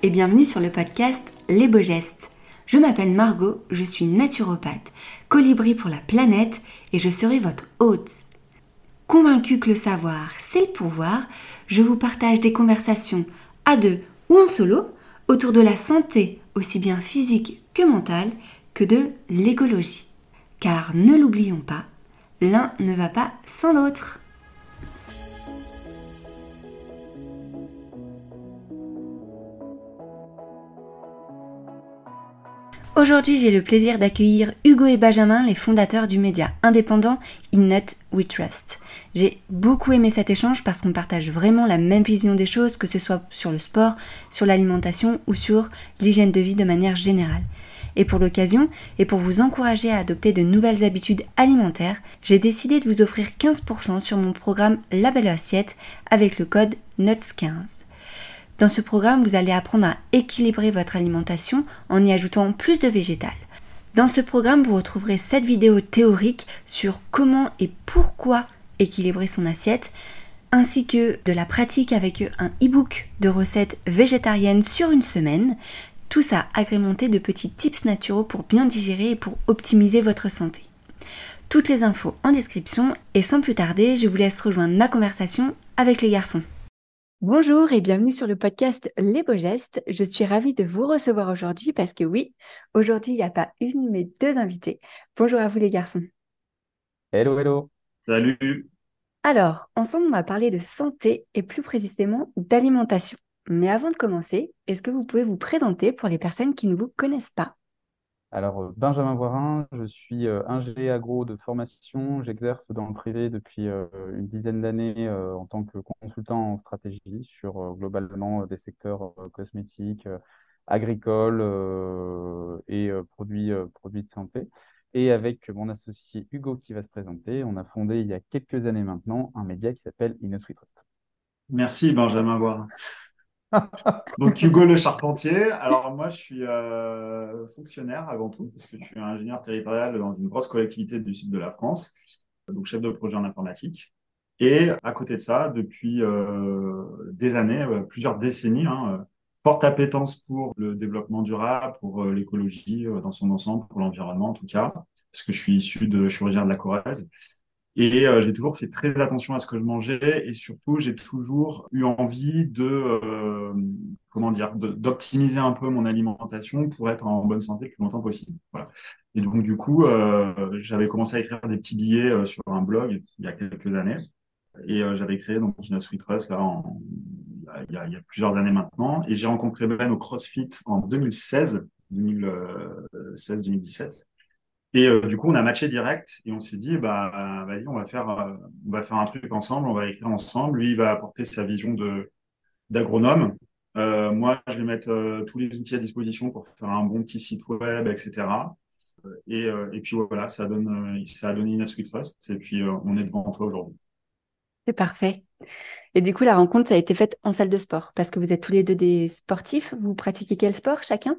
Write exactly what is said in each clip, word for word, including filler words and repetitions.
et bienvenue sur le podcast Les Beaux Gestes. Je m'appelle Margot, je suis naturopathe, colibri pour la planète et je serai votre hôte. Convaincue que le savoir, c'est le pouvoir, je vous partage des conversations à deux ou en solo autour de la santé, aussi bien physique que mentale, que de l'écologie. Car ne l'oublions pas, l'un ne va pas sans l'autre. Aujourd'hui, j'ai le plaisir d'accueillir Hugo et Benjamin, les fondateurs du média indépendant In Nut We Trust. J'ai beaucoup aimé cet échange parce qu'on partage vraiment la même vision des choses, que ce soit sur le sport, sur l'alimentation ou sur l'hygiène de vie de manière générale. Et pour l'occasion, et pour vous encourager à adopter de nouvelles habitudes alimentaires, j'ai décidé de vous offrir quinze pour cent sur mon programme La Belle Assiette avec le code nuts quinze. Dans ce programme, vous allez apprendre à équilibrer votre alimentation en y ajoutant plus de végétal. Dans ce programme, vous retrouverez sept vidéos théoriques sur comment et pourquoi équilibrer son assiette, ainsi que de la pratique avec un e-book de recettes végétariennes sur une semaine. Tout ça agrémenté de petits tips naturaux pour bien digérer et pour optimiser votre santé. Toutes les infos en description et sans plus tarder, je vous laisse rejoindre ma conversation avec les garçons. Bonjour et bienvenue sur le podcast Les Beaux Gestes. Je suis ravie de vous recevoir aujourd'hui parce que oui, aujourd'hui il n'y a pas une mais deux invités. Bonjour à vous les garçons. Hello, hello. Salut. Alors, ensemble on va parler de santé et plus précisément d'alimentation. Mais avant de commencer, est-ce que vous pouvez vous présenter pour les personnes qui ne vous connaissent pas? Alors, euh, Benjamin Voirin, je suis euh, ingé agro de formation. J'exerce dans le privé depuis euh, une dizaine d'années euh, en tant que consultant en stratégie sur euh, globalement euh, des secteurs euh, cosmétiques, euh, agricoles euh, et euh, produits, euh, produits de santé. Et avec mon associé Hugo qui va se présenter, on a fondé il y a quelques années maintenant un média qui s'appelle Innocent We Trust. Merci Benjamin Boire. Donc Hugo Le Charpentier. Alors moi je suis euh, fonctionnaire avant tout parce que je suis ingénieur territorial dans une grosse collectivité du sud de la France, donc chef de projet en informatique. Et à côté de ça, depuis euh, des années, euh, plusieurs décennies, hein, euh, forte appétence pour le développement durable, pour euh, l'écologie euh, dans son ensemble, pour l'environnement en tout cas, parce que je suis issu de, je suis originaire de la Corrèze. Et euh, j'ai toujours fait très attention à ce que je mangeais et surtout, j'ai toujours eu envie de, euh, comment dire, de- d'optimiser un peu mon alimentation pour être en bonne santé le plus longtemps possible. Voilà. Et donc, du coup, euh, j'avais commencé à écrire des petits billets euh, sur un blog il y a quelques années et euh, j'avais créé donc une Sweet Rust là, en- il y a, il y a plusieurs années maintenant. Et j'ai rencontré Ben au CrossFit en deux mille seize, deux mille seize deux mille dix-sept. Et euh, du coup, on a matché direct et on s'est dit, bah, vas-y, on va faire, euh, on va faire un truc ensemble, on va écrire ensemble. Lui, il va apporter sa vision de d'agronome. Euh, moi, je vais mettre euh, tous les outils à disposition pour faire un bon petit site web, et cetera. Et, euh, et puis voilà, ça donne, euh, ça a donné une Sweet Fast. Et puis, euh, on est devant toi aujourd'hui. C'est parfait. Et du coup, la rencontre, ça a été faite en salle de sport parce que vous êtes tous les deux des sportifs. Vous pratiquez quel sport chacun?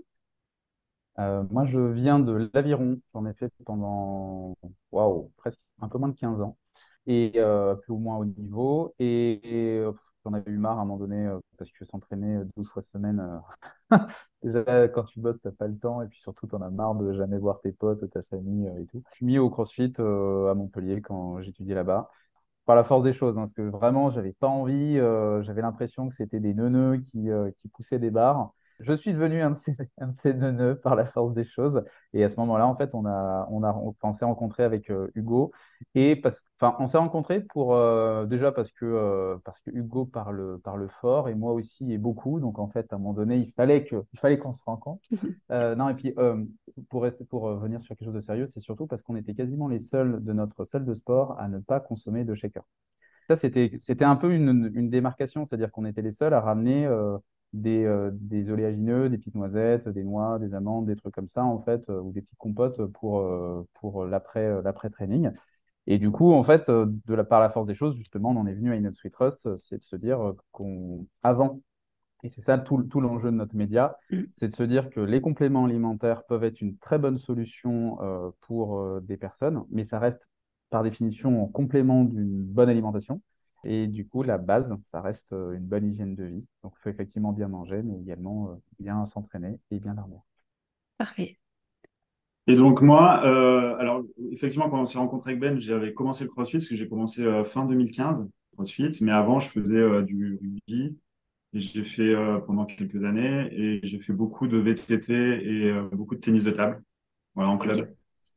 Euh, moi, je viens de l'Aviron. J'en ai fait pendant, waouh, presque un peu moins de quinze ans. Et euh, plus ou moins haut niveau. Et, et, euh, j'en avais eu marre à un moment donné euh, parce que s'entraîner euh, douze fois semaine, euh, déjà, quand tu bosses, t'as pas le temps. Et puis surtout, t'en as marre de jamais voir tes potes, ta famille euh, et tout. Je suis mis au CrossFit euh, à Montpellier quand j'étudiais là-bas. Par la force des choses, hein, parce que vraiment, j'avais pas envie. Euh, j'avais l'impression que c'était des neuneux qui, euh, qui poussaient des barres. Je suis devenu un de ces, un de ces neuneux par la force des choses. Et à ce moment-là, en fait, on a, on a, enfin, on s'est rencontré avec euh, Hugo. Et parce, enfin, on s'est rencontré pour euh, déjà parce que, euh, parce que Hugo parle, parle fort et moi aussi et beaucoup. Donc en fait, à un moment donné, il fallait que, il fallait qu'on se rencontre. Euh, non, et puis euh, pour rester, pour euh, venir sur quelque chose de sérieux, c'est surtout parce qu'on était quasiment les seuls de notre salle de sport à ne pas consommer de shaker. Ça, c'était, c'était un peu une, une démarcation, c'est-à-dire qu'on était les seuls à ramener euh, des, euh, des oléagineux, des petites noisettes, des noix, des amandes, des trucs comme ça, en fait, euh, ou des petites compotes pour, euh, pour l'après, euh, l'après-training. Et du coup, en fait, euh, de la, par la force des choses, justement, on en est venu à Innate Sweet Rust, euh, c'est de se dire euh, qu'on, avant, et c'est ça tout, tout l'enjeu de notre média, Mm. c'est de se dire que les compléments alimentaires peuvent être une très bonne solution euh, pour euh, des personnes, mais ça reste par définition en complément d'une bonne alimentation. Et du coup, la base, ça reste euh, une bonne hygiène de vie. Donc, il faut effectivement bien manger, mais également euh, bien s'entraîner et bien dormir. Parfait. Et donc moi, euh, alors effectivement, quand on s'est rencontré avec Ben, j'avais commencé le CrossFit parce que j'ai commencé euh, fin deux mille quinze, CrossFit, mais avant, je faisais euh, du rugby et j'ai fait euh, pendant quelques années et j'ai fait beaucoup de V T T et euh, beaucoup de tennis de table, voilà, en Ok. club.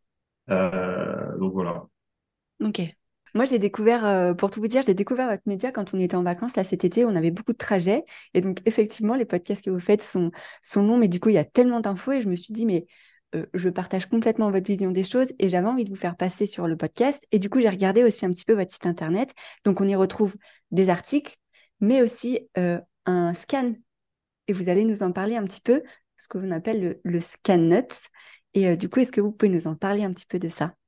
Euh, donc voilà. Ok. Moi, j'ai découvert, euh, pour tout vous dire, j'ai découvert votre média quand on était en vacances, là, cet été, on avait beaucoup de trajets. Et donc, effectivement, les podcasts que vous faites sont, sont longs, mais du coup, il y a tellement d'infos et je me suis dit, mais euh, je partage complètement votre vision des choses et j'avais envie de vous faire passer sur le podcast. Et du coup, j'ai regardé aussi un petit peu votre site internet. Donc, on y retrouve des articles, mais aussi euh, un scan. Et vous allez nous en parler un petit peu, ce que l'on appelle le, le scan nuts. Et euh, du coup, est-ce que vous pouvez nous en parler un petit peu de ça?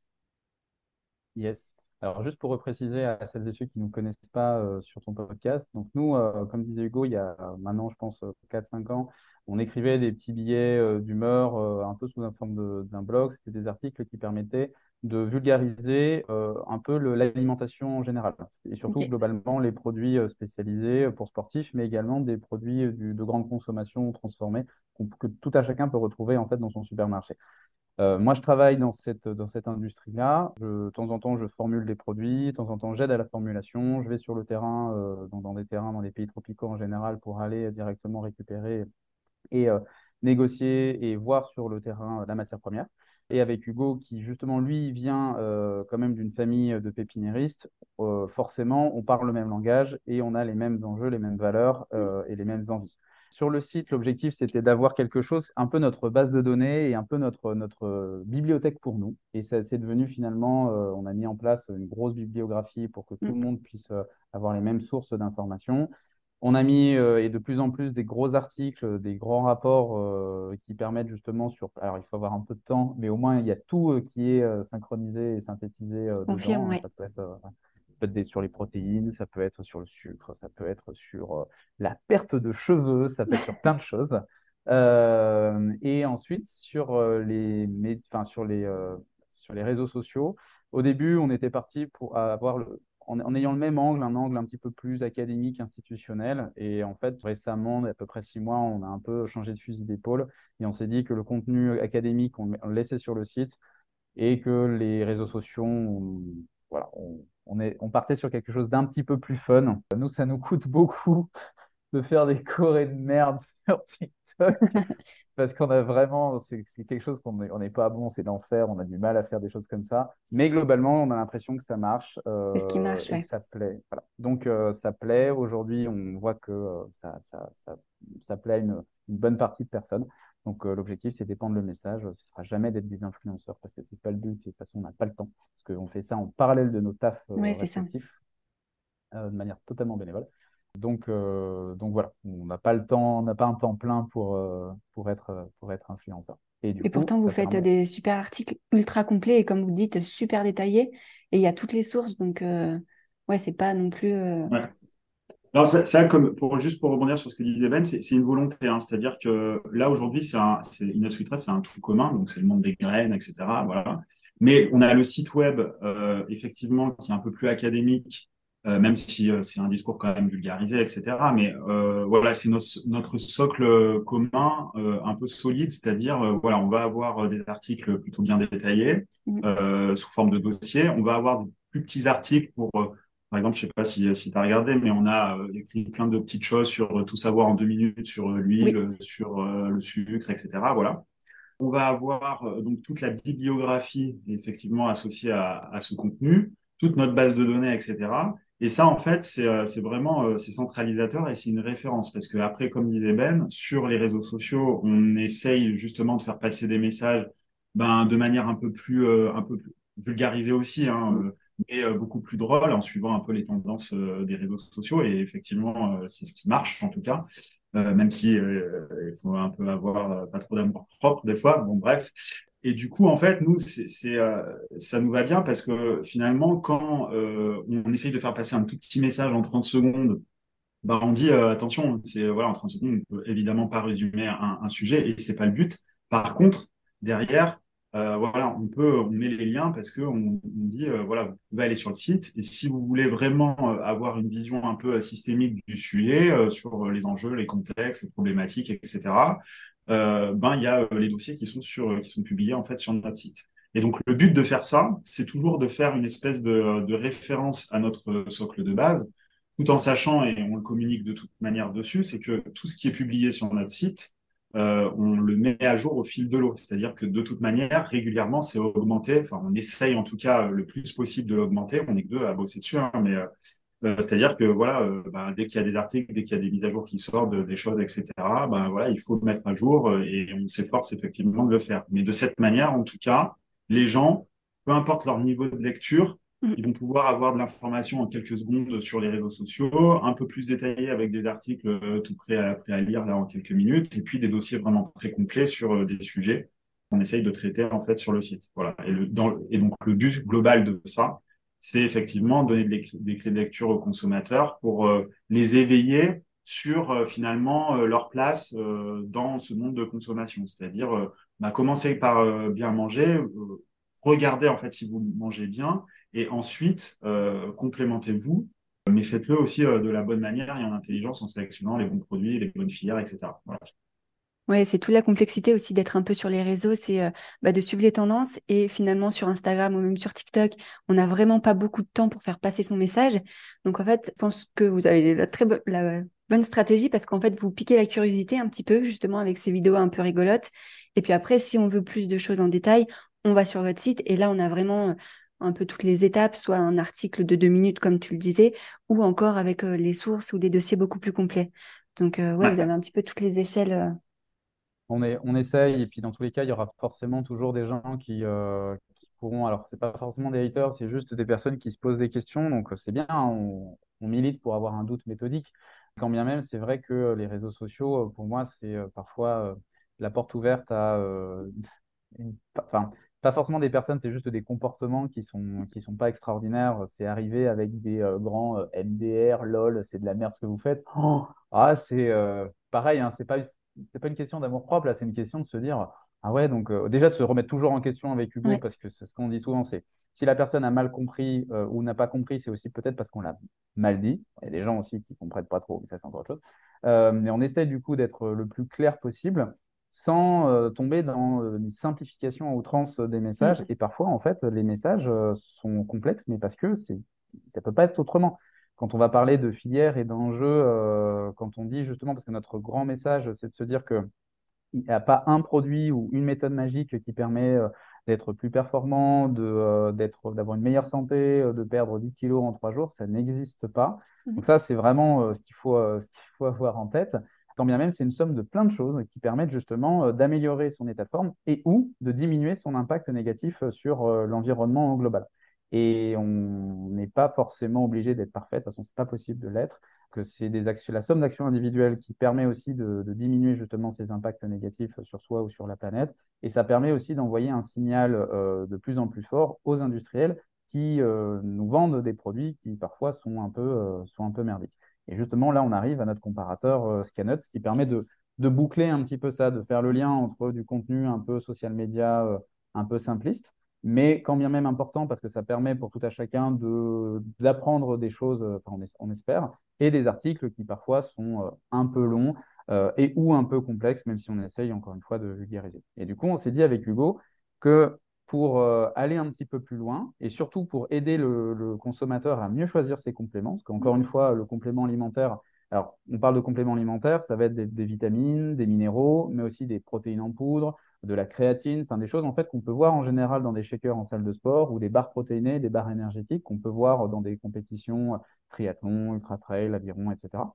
Yes. Alors, juste pour repréciser à celles et ceux qui ne nous connaissent pas euh, sur ton podcast, donc nous, euh, comme disait Hugo, il y a euh, maintenant, je pense, euh, quatre cinq ans, on écrivait des petits billets euh, d'humeur euh, un peu sous la forme de- d'un blog. C'était des articles qui permettaient de vulgariser euh, un peu le- l'alimentation en général et surtout Ok. globalement les produits euh, spécialisés pour sportifs, mais également des produits euh, du- de grande consommation transformés qu'on- que tout à chacun peut retrouver en fait dans son supermarché. Euh, moi, je travaille dans cette, dans cette industrie-là. Je- De temps en temps, je formule des produits. De temps en temps, j'aide à la formulation. Je vais sur le terrain, euh, dans, dans des terrains, dans les pays tropicaux en général, pour aller directement récupérer et euh, négocier et voir sur le terrain euh, la matière première. Et avec Hugo, qui justement, lui, vient euh, quand même d'une famille de pépiniéristes, euh, forcément, on parle le même langage et on a les mêmes enjeux, les mêmes valeurs euh, et les mêmes envies. Sur le site, l'objectif, c'était d'avoir quelque chose, un peu notre base de données et un peu notre, notre euh, bibliothèque pour nous. Et ça, c'est devenu finalement, euh, on a mis en place une grosse bibliographie pour que tout Mm. le monde puisse euh, avoir les mêmes sources d'informations. On a mis, euh, et de plus en plus, des gros articles, des grands rapports euh, qui permettent justement sur... Alors, il faut avoir un peu de temps, mais au moins, il y a tout euh, qui est euh, synchronisé et synthétisé euh, Confirme, dedans, hein. ouais. Ça peut être, euh, ça peut être des- sur les protéines, ça peut être sur le sucre, ça peut être sur euh, la perte de cheveux, ça peut être sur plein de choses. Euh, et ensuite, sur euh, les, mé- enfin, sur les, euh, sur les réseaux sociaux, au début, on était parti pour avoir le, en, en ayant le même angle, un angle un petit peu plus académique, institutionnel. Et en fait, récemment, il y a à peu près six mois, on a un peu changé de fusil d'épaule et on s'est dit que le contenu académique, on, on le laissait sur le site et que les réseaux sociaux, on, voilà, on, on est, on partait sur quelque chose d'un petit peu plus fun. Nous, ça nous coûte beaucoup de faire des chorés de merde sur TikTok. Parce qu'on a vraiment, c'est c'est quelque chose qu'on n'est on n'est pas bon, c'est l'enfer, on a du mal à faire des choses comme ça. Mais globalement, on a l'impression que ça marche C'est ce qui euh, marche, et que ouais. ça plaît. Voilà. Donc, euh, ça plaît. Aujourd'hui, on voit que euh, ça, ça, ça, ça plaît à une, une bonne partie de personnes. Donc, euh, l'objectif, c'est d'épandre le message. Ce ne sera jamais d'être des influenceurs parce que ce n'est pas le but. Et de toute façon, on n'a pas le temps. Parce qu'on fait ça en parallèle de nos tafs euh, Ouais, c'est ça. respectifs euh, de manière totalement bénévole. Donc, euh, donc voilà, on n'a pas le temps, on n'a pas un temps plein pour, euh, pour être, pour être influenceur. Et du Et coup, pourtant, vous ça faites permet. des super articles ultra complets et comme vous dites, super détaillés. Et il y a toutes les sources. Donc, euh, ouais, c'est pas non plus. euh, Ouais. Alors, ça, ça, comme pour, juste pour rebondir sur ce que disait Ben, c'est c'est une volonté, hein. C'est-à-dire que là, aujourd'hui, c'est un, c'est, Inas Witra, c'est un tout commun, donc c'est le monde des graines, et cetera. Voilà. Mais on a le site web, euh, effectivement, qui est un peu plus académique, euh, même si euh, c'est un discours quand même vulgarisé, et cetera. Mais euh, voilà, c'est nos- notre socle commun, euh, un peu solide, c'est-à-dire, euh, voilà, on va avoir des articles plutôt bien détaillés, mm, euh, sous forme de dossier. On va avoir des plus petits articles pour euh, par exemple, je sais pas si, si tu as regardé, mais on a euh, écrit plein de petites choses sur euh, tout savoir en deux minutes, sur euh, l'huile, Oui. euh, sur euh, le sucre, et cetera. Voilà. On va avoir euh, donc toute la bibliographie effectivement associée à, à ce contenu, toute notre base de données, et cetera. Et ça, en fait, c'est euh, c'est vraiment euh, c'est centralisateur et c'est une référence parce que après, comme disait Ben, sur les réseaux sociaux, on essaye justement de faire passer des messages ben, de manière un peu plus euh, un peu plus vulgarisée aussi, hein, Mm. euh, mais euh, beaucoup plus drôle en suivant un peu les tendances euh, des réseaux sociaux. Et effectivement, euh, c'est ce qui marche en tout cas. Euh, même si euh, il faut un peu avoir euh, pas trop d'amour propre des fois. Bon, bref. Et du coup, en fait, nous, c'est, c'est, euh, ça nous va bien parce que finalement, quand euh, on essaye de faire passer un tout petit message en trente secondes, bah, on dit euh, attention, c'est, voilà, en trente secondes, on peut évidemment pas résumer un, un sujet et c'est pas le but. Par contre, derrière, euh, voilà, on peut, on met les liens parce que on, on dit, euh, voilà, vous pouvez aller sur le site. Et si vous voulez vraiment euh, avoir une vision un peu euh, systémique du sujet, euh, sur les enjeux, les contextes, les problématiques, et cetera, euh, ben, il y a euh, les dossiers qui sont sur, qui sont publiés, en fait, sur notre site. Et donc, le but de faire ça, c'est toujours de faire une espèce de, de référence à notre socle de base, tout en sachant, et on le communique de toute manière dessus, c'est que tout ce qui est publié sur notre site, euh, on le met à jour au fil de l'eau. C'est-à-dire que de toute manière, régulièrement, c'est augmenté. Enfin, on essaye en tout cas le plus possible de l'augmenter. On n'est que deux à bosser dessus, hein, mais euh, euh, c'est-à-dire que voilà, euh, ben, dès qu'il y a des articles, dès qu'il y a des mises à jour qui sortent, de- des choses, et cetera, ben, voilà, il faut le mettre à jour euh, et on s'efforce effectivement de le faire. Mais de cette manière, en tout cas, les gens, peu importe leur niveau de lecture, Mm. ils vont pouvoir avoir de l'information en quelques secondes sur les réseaux sociaux, un peu plus détaillé avec des articles euh, tout prêts à, prêts à lire là en quelques minutes, et puis des dossiers vraiment très complets sur euh, des sujets qu'on essaye de traiter en fait sur le site. Voilà. Et, le, dans, et donc le but global de ça, c'est effectivement donner des, des clés de lecture aux consommateurs pour euh, les éveiller sur euh, finalement euh, leur place euh, dans ce monde de consommation. C'est-à-dire, euh, bah, commencer par euh, bien manger, euh, regardez en fait si vous mangez bien, et ensuite euh, complémentez-vous, mais faites-le aussi euh, de la bonne manière et en intelligence en sélectionnant les bons produits, les bonnes filières, et cetera. Voilà. Ouais, c'est toute la complexité aussi d'être un peu sur les réseaux, c'est euh, bah, de suivre les tendances et finalement sur Instagram ou même sur TikTok, on n'a vraiment pas beaucoup de temps pour faire passer son message. Donc en fait, je pense que vous avez la très bo- la bonne stratégie parce qu'en fait, vous piquez la curiosité un petit peu justement avec ces vidéos un peu rigolotes. Et puis après, si on veut plus de choses en détail, on va sur votre site et là, on a vraiment euh, un peu toutes les étapes, soit un article de deux minutes comme tu le disais, ou encore avec euh, les sources ou des dossiers beaucoup plus complets. Donc euh, ouais, vous avez Ouais. un petit peu toutes les échelles. euh, On est, on essaye, et puis dans tous les cas, il y aura forcément toujours des gens qui, euh, qui pourront. Alors, c'est pas forcément des haters, c'est juste des personnes qui se posent des questions. Donc, euh, c'est bien, hein, on, on milite pour avoir un doute méthodique. Quand bien même, c'est vrai que euh, les réseaux sociaux, euh, pour moi, c'est euh, parfois euh, la porte ouverte à. euh, une- enfin, pas forcément des personnes, c'est juste des comportements qui sont, qui sont pas extraordinaires. C'est arrivé avec des euh, grands euh, M D R, LOL, c'est de la merde ce que vous faites. Oh, ah, c'est euh, pareil, hein, c'est pas c'est pas une question d'amour-propre, là, c'est une question de se dire, ah ouais, donc euh, déjà de se remettre toujours en question avec Hugo, Ouais. parce que c'est ce qu'on dit souvent, c'est si la personne a mal compris euh, ou n'a pas compris, c'est aussi peut-être parce qu'on l'a mal dit. Il y a des gens aussi qui comprennent pas trop, mais ça c'est encore autre chose. Euh, mais on essaie du coup d'être le plus clair possible sans euh, tomber dans euh, une simplification à outrance des messages. Mm. Et parfois, en fait, les messages euh, sont complexes, mais parce que c'est, ça peut pas être autrement. Quand on va parler de filière et d'enjeux, euh, quand on dit justement, parce que notre grand message, c'est de se dire que il n'y a pas un produit ou une méthode magique qui permet euh, d'être plus performant, de, euh, d'être, d'avoir une meilleure santé, euh, de perdre dix kilos en trois jours. Ça n'existe pas. Mm. Donc ça, c'est vraiment euh, ce qu'il faut, euh, ce qu'il faut avoir en tête. Quand bien même, c'est une somme de plein de choses qui permettent justement euh, d'améliorer son état de forme et ou de diminuer son impact négatif euh, sur euh, l'environnement global. Et on n'est pas forcément obligé d'être parfait. De toute façon, c'est pas possible de l'être que c'est des actions, la somme d'actions individuelles qui permet aussi de, de, diminuer justement ces impacts négatifs sur soi ou sur la planète. Et ça permet aussi d'envoyer un signal euh, de plus en plus fort aux industriels qui euh, nous vendent des produits qui parfois sont un peu, euh, sont un peu merdiques. Et justement, là, on arrive à notre comparateur euh, Scanuts qui permet de, de boucler un petit peu ça, de faire le lien entre du contenu un peu social media, euh, un peu simpliste, mais quand bien même important parce que ça permet pour tout à chacun de, d'apprendre des choses, enfin, on, on espère, et des articles qui parfois sont euh, un peu longs euh, et ou un peu complexes, même si on essaye encore une fois de vulgariser. Et du coup, on s'est dit avec Hugo que pour euh, aller un petit peu plus loin et surtout pour aider le, le consommateur à mieux choisir ses compléments, parce qu'encore une fois, le complément alimentaire, alors on parle de compléments alimentaires, ça va être des, des vitamines, des minéraux, mais aussi des protéines en poudre, de la créatine, enfin des choses en fait qu'on peut voir en général dans des shakers en salle de sport ou des barres protéinées, des barres énergétiques qu'on peut voir dans des compétitions triathlon, ultra-trail, aviron, et cetera.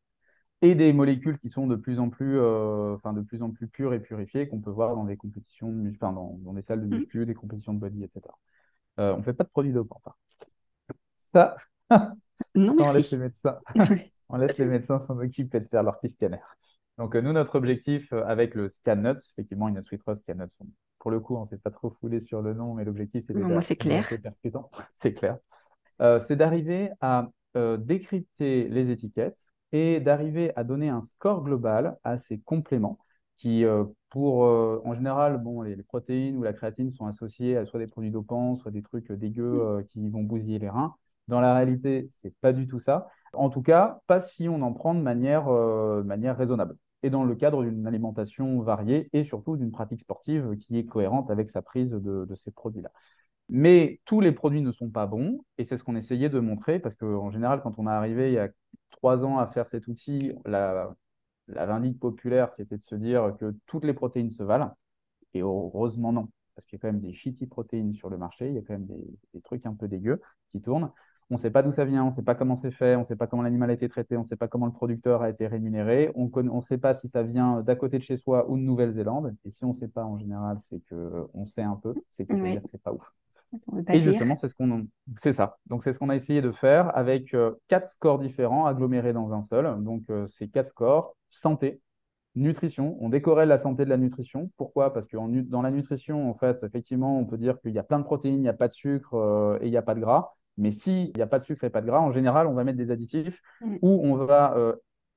Et des molécules qui sont de plus en plus, euh, enfin, de plus en plus pures et purifiées qu'on peut voir dans des compétitions, de mus- enfin, dans, dans des salles de Mm. muscu, des compétitions de body, et cetera. Euh, on ne fait pas de produits dopants, par contre. Ça, Non, on laisse les merci. médecins, Ouais. on laisse les médecins s'en occuper de faire leur petit scanner. Donc, euh, nous, notre objectif euh, avec le ScanNuts, effectivement, une Sweet Rose ScanNuts, on- pour le coup, on ne s'est pas trop foulé sur le nom, mais l'objectif, c'était Bon, moi, d'a- c'est d'être clair. assez percutant, c'est clair. Euh, c'est d'arriver à euh, décrypter les étiquettes et d'arriver à donner un score global à ces compléments qui, euh, pour, euh, en général, bon, les, les protéines ou la créatine sont associées à soit des produits dopants, soit des trucs dégueux euh, qui vont bousiller les reins. Dans la réalité, c'est pas du tout ça. En tout cas, pas si on en prend de manière, euh, de manière raisonnable et dans le cadre d'une alimentation variée et surtout d'une pratique sportive qui est cohérente avec sa prise de, de ces produits-là. Mais tous les produits ne sont pas bons et c'est ce qu'on essayait de montrer parce qu'en général, quand on est arrivé il y a trois ans à faire cet outil, la, la vindicte populaire, c'était de se dire que toutes les protéines se valent. Et heureusement, non. Parce qu'il y a quand même des shitty protéines sur le marché. Il y a quand même des, des trucs un peu dégueux qui tournent. On ne sait pas d'où ça vient, on ne sait pas comment c'est fait, on ne sait pas comment l'animal a été traité, on ne sait pas comment le producteur a été rémunéré. On ne sait pas si ça vient d'à côté de chez soi ou de Nouvelle-Zélande. Et si on ne sait pas en général, c'est qu'on sait un peu, c'est que ça veut Oui, dire que c'est pas ouf. on veut pas Et dire. justement, c'est ce qu'on c'est ça. Donc, c'est ce qu'on a essayé de faire avec euh, quatre scores différents agglomérés dans un seul. Donc, euh, ces quatre scores, santé, nutrition, on décorrèle la santé de la nutrition. Pourquoi? Parce que en nu- dans la nutrition, en fait, effectivement, on peut dire qu'il y a plein de protéines, il n'y a pas de sucre euh, et il n'y a pas de gras. Mais s'il n'y a pas de sucre et pas de gras, en général, on va mettre des additifs Mm. ou on va euh,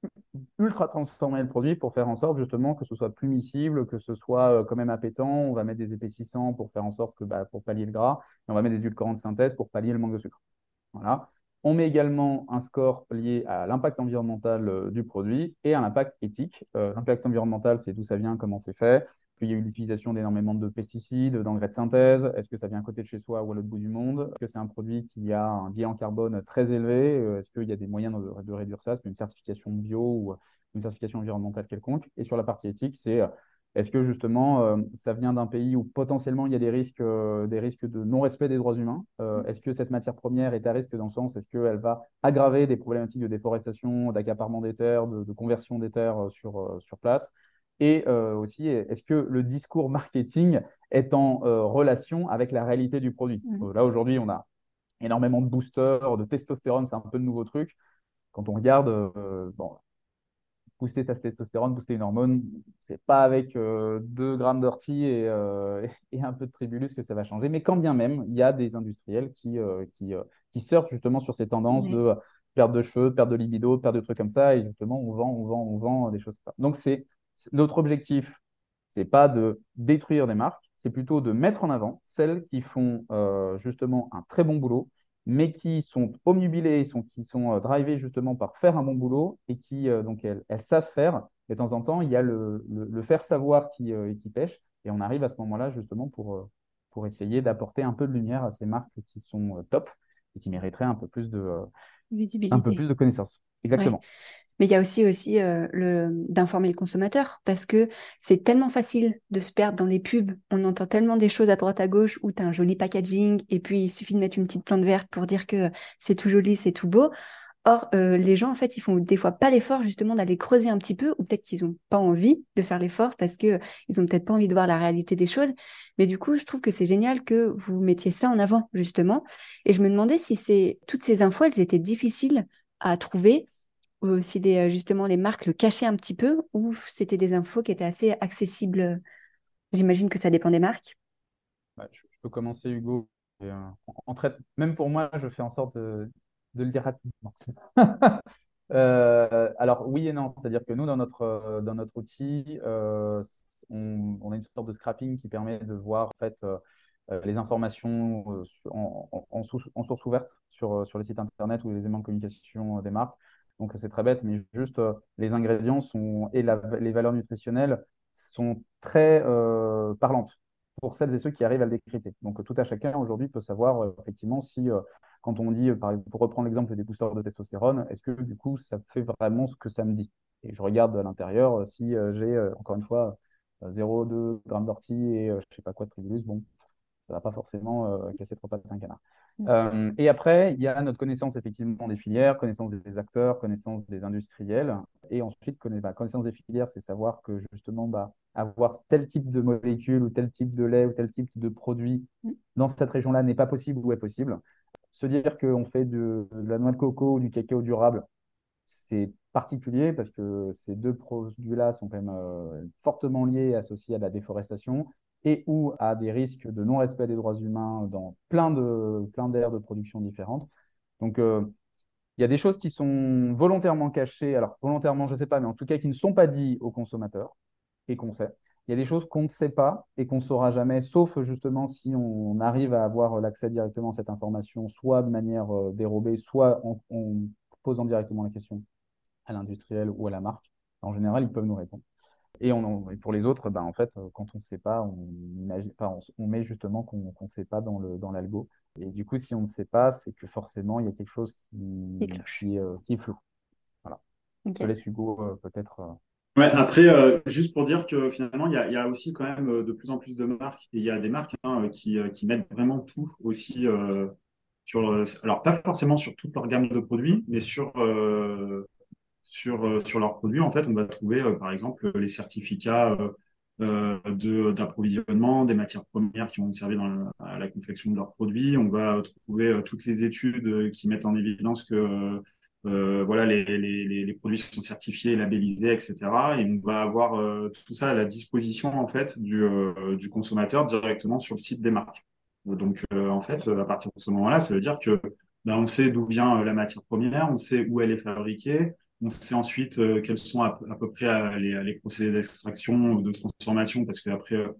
ultra transformer le produit pour faire en sorte justement que ce soit plus miscible, que ce soit euh, quand même appétant. On va mettre des épaississants pour faire en sorte que bah, pour pallier le gras, et on va mettre des édulcorants de synthèse pour pallier le manque de sucre. Voilà. On met également un score lié à l'impact environnemental euh, du produit et à l'impact éthique. Euh, l'impact environnemental, c'est d'où ça vient, comment c'est fait. Puis il y a eu l'utilisation d'énormément de pesticides, d'engrais de synthèse. Est-ce que ça vient à côté de chez soi ou à l'autre bout du monde? Est-ce que c'est un produit qui a un bilan carbone très élevé? Euh, Est-ce qu'il y a des moyens de, de réduire ça? C'est une certification bio ou une certification environnementale quelconque. Et sur la partie éthique, c'est euh, est-ce que justement euh, ça vient d'un pays où potentiellement il y a des risques, euh, des risques de non-respect des droits humains? Euh, est-ce que cette matière première est à risque dans le sens, est-ce qu'elle va aggraver des problématiques de déforestation, d'accaparement des terres, de, de conversion des terres euh, sur, euh, sur place? Et euh, aussi, est-ce que le discours marketing est en euh, relation avec la réalité du produit? Mm. Euh, là, aujourd'hui, on a énormément de boosters, de testostérone, c'est un peu le nouveau truc. Quand on regarde, euh, bon, booster sa testostérone, booster une hormone, c'est pas avec euh, deux grammes d'ortie et, euh, et un peu de tribulus que ça va changer. Mais quand bien même, il y a des industriels qui, euh, qui, euh, qui surfent justement sur ces tendances Oui. de perte de cheveux, perte de libido, perte de trucs comme ça. Et justement, on vend, on vend, on vend des choses comme ça. Donc, c'est notre objectif, c'est pas de détruire des marques, c'est plutôt de mettre en avant celles qui font euh, justement un très bon boulot, mais qui sont omnubilées, sont, qui sont euh, drivées justement par faire un bon boulot et qui, euh, donc, elles, elles savent faire. Et de temps en temps, il y a le, le, le faire savoir qui, euh, qui pêche. Et on arrive à ce moment-là justement pour, euh, pour essayer d'apporter un peu de lumière à ces marques qui sont euh, top et qui mériteraient un peu plus de, euh, un peu plus Visibilité. de connaissances. Ouais. Exactement. Mais il y a aussi, aussi euh, le, d'informer le consommateur parce que c'est tellement facile de se perdre dans les pubs. On entend tellement des choses à droite à gauche où tu as un joli packaging et puis il suffit de mettre une petite plante verte pour dire que c'est tout joli, c'est tout beau. Or, euh, les gens, en fait, ils font des fois pas l'effort justement d'aller creuser un petit peu ou peut-être qu'ils n'ont pas envie de faire l'effort parce que ils ont peut-être pas envie de voir la réalité des choses. Mais du coup, je trouve que c'est génial que vous mettiez ça en avant justement. Et je me demandais si c'est toutes ces infos, elles étaient difficiles à trouver ou si les, euh, justement les marques le cachaient un petit peu, ou c'était des infos qui étaient assez accessibles. J'imagine que ça dépend des marques. Bah, je, je peux commencer, Hugo. Et, euh, en, en traite- même pour moi, je fais en sorte de, de le dire rapidement. Euh, alors, oui et non. C'est-à-dire que nous, dans notre, euh, dans notre outil, euh, on, on a une sorte de scrapping qui permet de voir en fait, euh, euh, les informations euh, sur- en, en- en source, en source ouverte sur, euh, sur les sites internet ou les éléments de communication euh, des marques. Donc, c'est très bête, mais juste euh, les ingrédients sont, et la- les valeurs nutritionnelles sont très euh, parlantes pour celles et ceux qui arrivent à le décrypter. Donc, tout à chacun aujourd'hui peut savoir euh, effectivement si, euh, quand on dit, euh, par exemple, pour reprendre l'exemple des boosters de testostérone, est-ce que du coup ça fait vraiment ce que ça me dit? Et je regarde à l'intérieur euh, si euh, j'ai, euh, encore une fois, euh, zéro virgule deux grammes d'ortie et euh, je sais pas quoi de tribulus, bon, ça va pas forcément euh, casser trop pattes un canard. Euh, et après, il y a notre connaissance effectivement des filières, connaissance des acteurs, connaissance des industriels. Et ensuite, connaît- bah, connaissance des filières, c'est savoir que justement, bah, avoir tel type de molécule ou tel type de lait ou tel type de produit dans cette région-là n'est pas possible ou est possible. Se dire qu'on fait de, de la noix de coco ou du cacao durable, c'est particulier parce que ces deux produits-là sont quand même euh, fortement liés et associés à de la déforestation et ou à des risques de non-respect des droits humains dans plein de plein d'aires de production différentes. Donc, euh, il y a des choses qui sont volontairement cachées, alors volontairement, je ne sais pas, mais en tout cas qui ne sont pas dites aux consommateurs. et qu'on sait. Il y a des choses qu'on ne sait pas et qu'on ne saura jamais, sauf justement si on arrive à avoir l'accès directement à cette information, soit de manière euh, dérobée, soit en, en posant directement la question à l'industriel ou à la marque. En général, ils peuvent nous répondre. Et, on, et pour les autres, ben, en fait, quand on ne sait pas, on, imagine, enfin, on, on met justement qu'on ne sait pas dans le, dans l'algo. Et du coup, si on ne sait pas, c'est que forcément, il y a quelque chose qui qui, cloche. qui, euh, qui est flou. Voilà. Je te Ok. laisse Hugo euh, peut-être. euh, Ouais, après, euh, juste pour dire que finalement, il y a, il y a aussi quand même euh, de plus en plus de marques, et il y a des marques hein, qui, euh, qui mettent vraiment tout aussi euh, sur, euh, alors pas forcément sur toute leur gamme de produits, mais sur, euh, sur, euh, sur leurs produits, en fait, on va trouver euh, par exemple les certificats euh, euh, de, d'approvisionnement, des matières premières qui vont servir dans la, à la confection de leurs produits. On va trouver euh, toutes les études euh, qui mettent en évidence que euh, voilà, les, les, les, les produits sont certifiés, labellisés, et cetera. Et on va avoir euh, tout ça à la disposition en fait du, euh, du consommateur directement sur le site des marques. Donc euh, en fait, à partir de ce moment-là, ça veut dire que ben, on sait d'où vient euh, la matière première, on sait où elle est fabriquée, on sait ensuite euh, quels sont à, à peu près euh, les, les procédés d'extraction ou de transformation, parce qu'après, euh,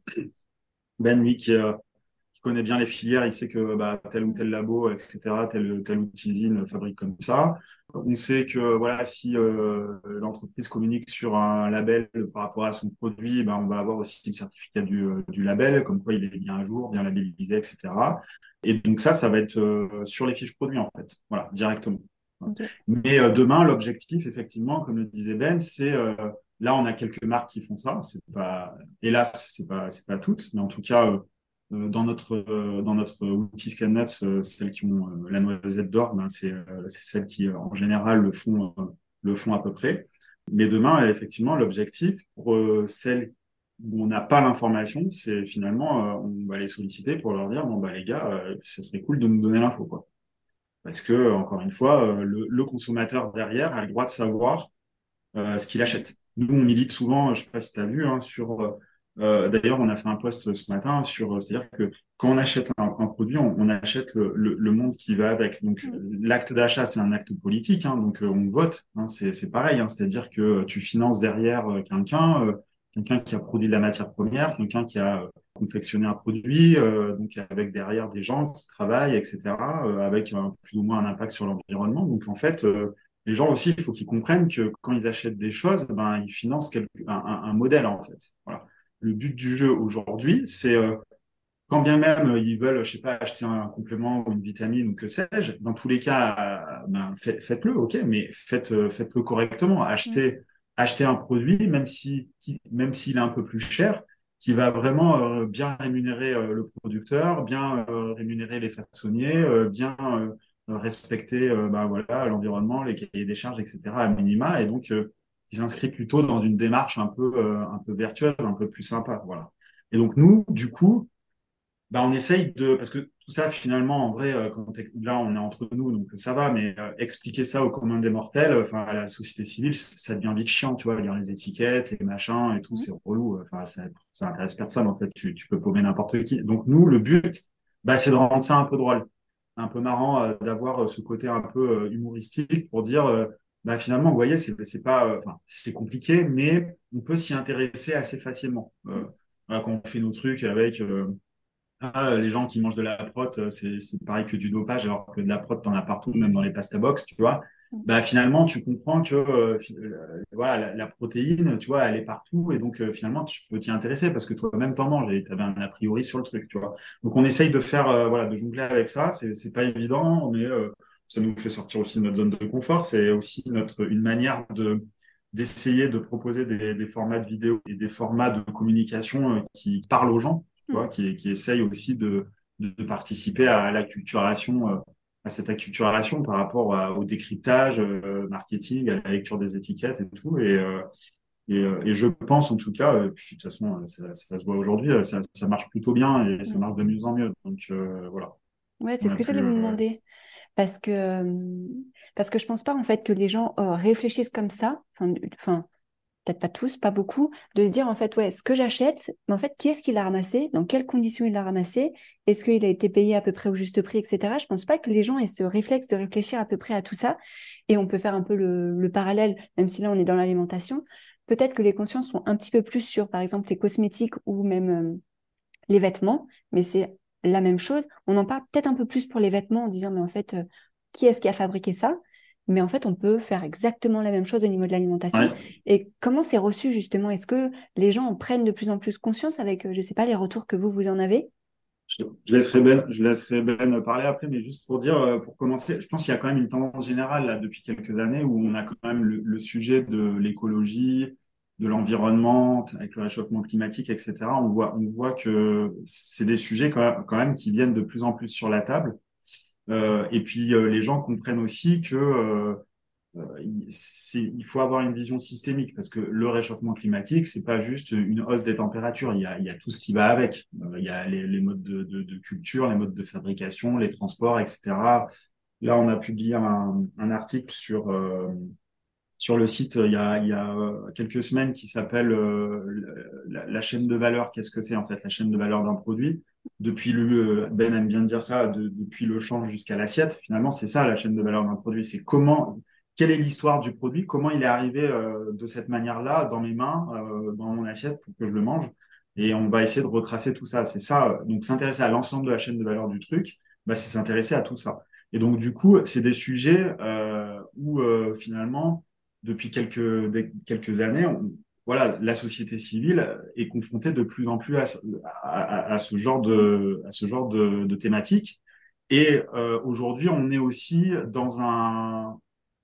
Ben, lui, qui, euh, qui connaît bien les filières, il sait que bah, tel ou tel labo, et cetera, telle, telle ou telle usine fabrique comme ça. On sait que voilà, si euh, l'entreprise communique sur un label par rapport à son produit, bah, on va avoir aussi le certificat du, euh, du label, comme quoi il est bien à jour, bien labellisé, et cetera. Et donc ça, ça va être euh, sur les fiches produits, en fait, voilà, directement. Ok. Mais euh, demain, l'objectif, effectivement, comme le disait Ben, c'est euh, là, on a quelques marques qui font ça. C'est pas, hélas, c'est pas, c'est pas toutes, mais en tout cas, euh, euh, dans notre euh, dans notre outil ScanNuts, euh, celles qui ont euh, la noisette d'or, ben, c'est euh, c'est celles qui, euh, en général, le font euh, le font à peu près. Mais demain, effectivement, l'objectif pour euh, celles où on n'a pas l'information, c'est finalement, euh, on va les solliciter pour leur dire, bon bah les gars, euh, ça serait cool de nous donner l'info, quoi. Parce que, encore une fois, euh, le, le consommateur derrière a le droit de savoir euh, ce qu'il achète. Nous, on milite souvent, je ne sais pas si tu as vu, hein, sur. Euh, euh, d'ailleurs, on a fait un post ce matin sur. C'est-à-dire que quand on achète un, un produit, on, on achète le, le, le monde qui va avec. Donc, Mm. l'acte d'achat, c'est un acte politique, hein, donc euh, on vote. Hein, c'est, c'est pareil, hein, c'est-à-dire que tu finances derrière euh, quelqu'un, euh, quelqu'un qui a produit de la matière première, quelqu'un qui a euh, confectionné un produit, euh, donc avec derrière des gens qui travaillent, et cetera, euh, avec euh, plus ou moins un impact sur l'environnement. Donc, en fait, euh, les gens aussi, il faut qu'ils comprennent que quand ils achètent des choses, ben, ils financent quelque- un, un- un modèle, en fait. Voilà. Le but du jeu aujourd'hui, c'est euh, quand bien même euh, ils veulent, je sais pas, acheter un complément ou une vitamine ou que sais-je, dans tous les cas, euh, ben, fait- faites-le, ok, mais faites, euh, faites-le correctement. Mm. Achetez, achetez un produit, même si, qui- même s'il est un peu plus cher, qui va vraiment euh, bien rémunérer euh, le producteur, bien euh, rémunérer les façonniers, euh, bien euh, respecter euh, ben, voilà, l'environnement, les cahiers des charges, et cetera, à minima, et donc euh, qui s'inscrit plutôt dans une démarche un peu, euh, un peu vertueuse, un peu plus sympa. Voilà. Et donc nous, du coup, bah, on essaye de, parce que tout ça, finalement, en vrai, euh, quand t'es- là, on est entre nous, donc ça va, mais euh, expliquer ça au commun des mortels, enfin, à la société civile, c- ça devient vite chiant, tu vois, lire les étiquettes, les machins et tout, Mm. c'est relou, euh, enfin, ça, ça intéresse personne, en fait, tu, tu peux paumer n'importe qui. Donc, nous, le but, bah, c'est de rendre ça un peu drôle, un peu marrant, euh, d'avoir euh, ce côté un peu euh, humoristique pour dire, euh, bah, finalement, vous voyez, c'est c'est pas, euh, enfin, c'est compliqué, mais on peut s'y intéresser assez facilement. Euh, voilà, quand on fait nos trucs avec, euh, ah, les gens qui mangent de la prot, euh, c'est c'est pareil que du dopage, alors que de la prot, t'en as partout, même dans les pasta box, tu vois. Mm. Bah, finalement, tu comprends que euh, fi- euh, voilà, la, la protéine, tu vois, elle est partout, et donc euh, finalement, tu peux t'y intéresser parce que toi-même t'en manges et tu avais un a priori sur le truc, tu vois. Donc, on essaye de faire, euh, voilà, de jongler avec ça. C'est c'est pas évident, mais euh, ça nous fait sortir aussi de notre zone de confort. C'est aussi notre une manière de d'essayer de proposer des, des formats de vidéo et des formats de communication euh, qui parlent aux gens, tu Mm. vois, qui, qui essayent aussi de, de participer à l'acculturation, euh, à cette acculturation par rapport à- au décryptage euh, marketing, à la lecture des étiquettes et tout. Et, euh, et, euh, et je pense en tout cas, euh, puis de toute façon, euh, ça, ça se voit aujourd'hui, euh, ça, ça marche plutôt bien et ça Mm. marche de mieux en mieux. Donc euh, voilà, Ouais, c'est on ce a que j'allais pu. vous euh, demander. Parce que, euh, parce que je pense pas en fait que les gens euh, réfléchissent comme ça. Enfin, enfin, peut-être pas tous, pas beaucoup, de se dire en fait, ouais, ce que j'achète, mais en fait, qui est-ce qui l'a ramassé, dans quelles conditions il l'a ramassé, est-ce qu'il a été payé à peu près au juste prix, et cetera. Je pense pas que les gens aient ce réflexe de réfléchir à peu près à tout ça. Et on peut faire un peu le, le parallèle, même si là on est dans l'alimentation. peut-être que les consciences sont un petit peu plus sur, par exemple, les cosmétiques ou même euh, les vêtements, mais c'est la même chose. On en parle peut-être un peu plus pour les vêtements en disant, mais en fait, euh, qui est-ce qui a fabriqué ça? Mais en fait, on peut faire exactement la même chose au niveau de l'alimentation. Ouais. Et comment c'est reçu justement? Est-ce que les gens en prennent de plus en plus conscience avec, euh, je sais pas, les retours que vous, vous en avez? Je, je laisserai Ben, je laisserai Ben parler après, mais juste pour dire, euh, pour commencer, je pense qu'il y a quand même une tendance générale là depuis quelques années où on a quand même le, le sujet de l'écologie, de l'environnement, avec le réchauffement climatique, et cetera. On voit, on voit que c'est des sujets quand quand même qui viennent de plus en plus sur la table. Euh, et puis euh, les gens comprennent aussi que euh, euh, il c'est- il faut avoir une vision systémique parce que le réchauffement climatique, c'est pas juste une hausse des températures, il y a, il y a tout ce qui va avec. Euh, il y a les, les modes de, de, de culture, les modes de fabrication, les transports, et cetera. Là, on a publié un, un article sur, euh, sur le site il y a, il y a euh, quelques semaines qui s'appelle euh, la, la chaîne de valeur. Qu'est-ce que c'est en fait la chaîne de valeur d'un produit? Depuis le, Ben aime bien dire ça, de- depuis le change jusqu'à l'assiette. Finalement, c'est ça la chaîne de valeur d'un produit. C'est comment, quelle est l'histoire du produit, comment il est arrivé euh, de cette manière-là dans mes mains, euh, dans mon assiette pour que je le mange. Et on va essayer de retracer tout ça. C'est ça. Donc, s'intéresser à l'ensemble de la chaîne de valeur du truc, bah, c'est s'intéresser à tout ça. Et donc, du coup, c'est des sujets euh, où euh, finalement, depuis quelques, des- quelques années, on- voilà, la société civile est confrontée de plus en plus à, ce- à- à- ce genre de, à ce genre de, de thématiques. Et euh, aujourd'hui, on est aussi dans un,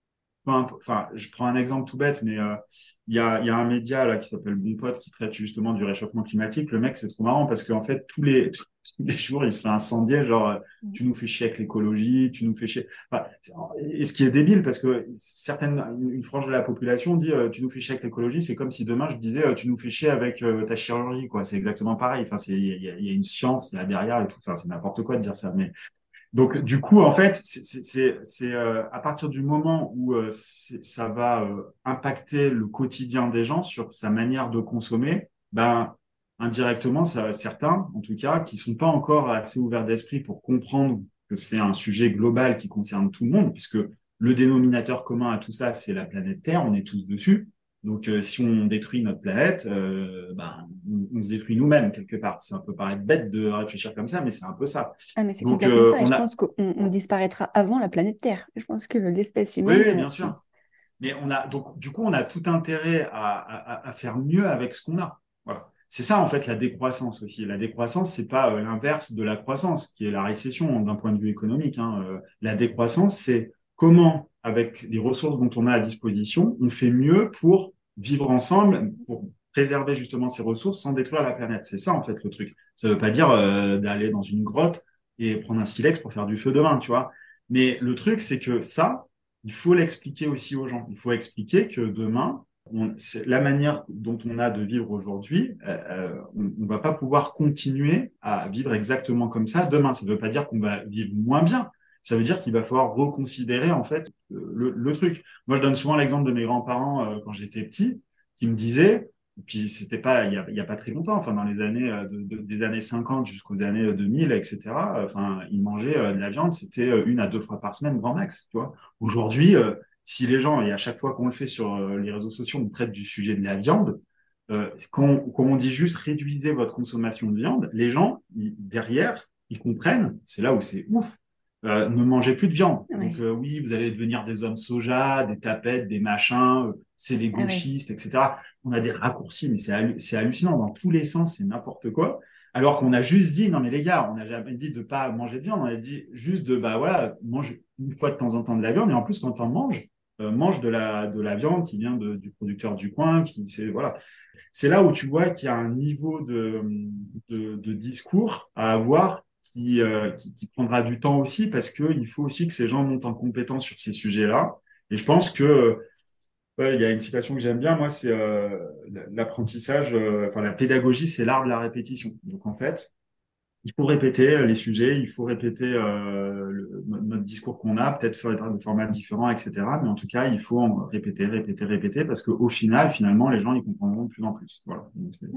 enfin, je prends un exemple tout bête, mais euh, il y a, il y a un média là qui s'appelle Bon Pote qui traite justement du réchauffement climatique. Le mec, c'est trop marrant parce qu'en fait, tous les, tous les jours, il se fait incendier, genre, euh, tu nous fais chier avec l'écologie, tu nous fais chier. Enfin, et ce qui est débile parce que certaines, une frange de la population dit, euh, tu nous fais chier avec l'écologie, c'est comme si demain je disais, euh, tu nous fais chier avec euh, ta chirurgie, quoi. C'est exactement pareil. Enfin, c'est, il y a, il y a une science, il y a derrière et tout. Enfin, c'est n'importe quoi de dire ça, mais donc, du coup, en fait, c'est c'est- c'est, euh, à partir du moment où euh, c'est- ça va euh, impacter le quotidien des gens sur sa manière de consommer, ben, indirectement, ça, certains, en tout cas, qui sont pas encore assez ouverts d'esprit pour comprendre que c'est un sujet global qui concerne tout le monde, puisque le dénominateur commun à tout ça, c'est la planète Terre, on est tous dessus. Donc, euh, si on détruit notre planète, euh, ben, on, on se détruit nous-mêmes quelque part. Ça peut paraître bête de réfléchir comme ça, mais c'est un peu ça. Ah, mais c'est Donc, complètement euh, ça. Et on je a, pense qu'on on disparaîtra avant la planète Terre. Je pense que l'espèce oui, humaine, oui, euh, bien on- sûr. Mais on a, donc, du coup, on a tout intérêt à, à, à faire mieux avec ce qu'on a. Voilà. C'est ça, en fait, la décroissance aussi. La décroissance, c'est pas euh, l'inverse de la croissance, qui est la récession d'un point de vue économique, hein. Euh, la décroissance, c'est comment, avec les ressources dont on a à disposition, on fait mieux pour vivre ensemble, pour préserver justement ces ressources sans détruire la planète. C'est ça, en fait, le truc. Ça veut pas dire euh, d'aller dans une grotte et prendre un silex pour faire du feu demain, tu vois. Mais le truc, c'est que ça, il faut l'expliquer aussi aux gens. Il faut expliquer que demain, on, c'est la manière dont on a de vivre aujourd'hui, euh, euh, on ne va pas pouvoir continuer à vivre exactement comme ça demain. Ça ne veut pas dire qu'on va vivre moins bien. Ça veut dire qu'il va falloir reconsidérer en fait le, le truc. Moi, je donne souvent l'exemple de mes grands-parents euh, quand j'étais petit, qui me disaient, puis c'était pas il y a, il y a pas très longtemps, enfin dans les années euh, de, de, des années cinquante jusqu'aux années deux mille, et cetera. Enfin, ils mangeaient euh, de la viande, c'était euh, une à deux fois par semaine grand max, tu vois. Aujourd'hui, euh, si les gens, et à chaque fois qu'on le fait sur euh, les réseaux sociaux, on traite du sujet de la viande, euh, quand, on, quand on dit juste réduisez votre consommation de viande, les gens, ils- derrière, ils comprennent, c'est là où c'est ouf, euh, ne mangez plus de viande. Donc ouais. euh, oui, vous allez devenir des hommes soja, des tapettes, des machins, euh, c'est les Ah ouais. gauchistes, et cetera. On a des raccourcis, mais c'est hallu- c'est hallucinant. Dans tous les sens, c'est n'importe quoi. Alors qu'on a juste dit, non mais les gars, on n'a jamais dit de pas manger de viande, on a dit juste de, bah voilà, mange une fois de temps en temps de la viande, et en plus quand on mange, euh, mange de la, de la viande qui vient de- du producteur du coin, qui, c'est, voilà. C'est là où tu vois qu'il y a un niveau de, de, de discours à avoir qui, euh, qui, qui prendra du temps aussi, parce qu'il faut aussi que ces gens montent en compétence sur ces sujets-là. Et je pense que ouais, il y a une citation que j'aime bien, moi, c'est euh, l'apprentissage, euh, enfin la pédagogie, c'est l'art de la répétition. Donc en fait, il faut répéter les sujets, il faut répéter euh, le- no- notre discours qu'on a, peut-être faire des formats différents, et cetera. Mais en tout cas, il faut en répéter, répéter, répéter, parce qu'au final, finalement, les gens, ils comprendront de plus en plus. Voilà. Donc, c'est-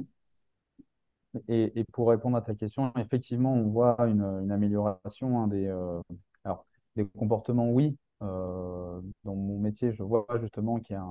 Et, et pour répondre à ta question, effectivement, on voit une, une amélioration hein, des, euh, alors, des comportements, oui. Euh, dans mon métier, je vois justement qu'il y a un,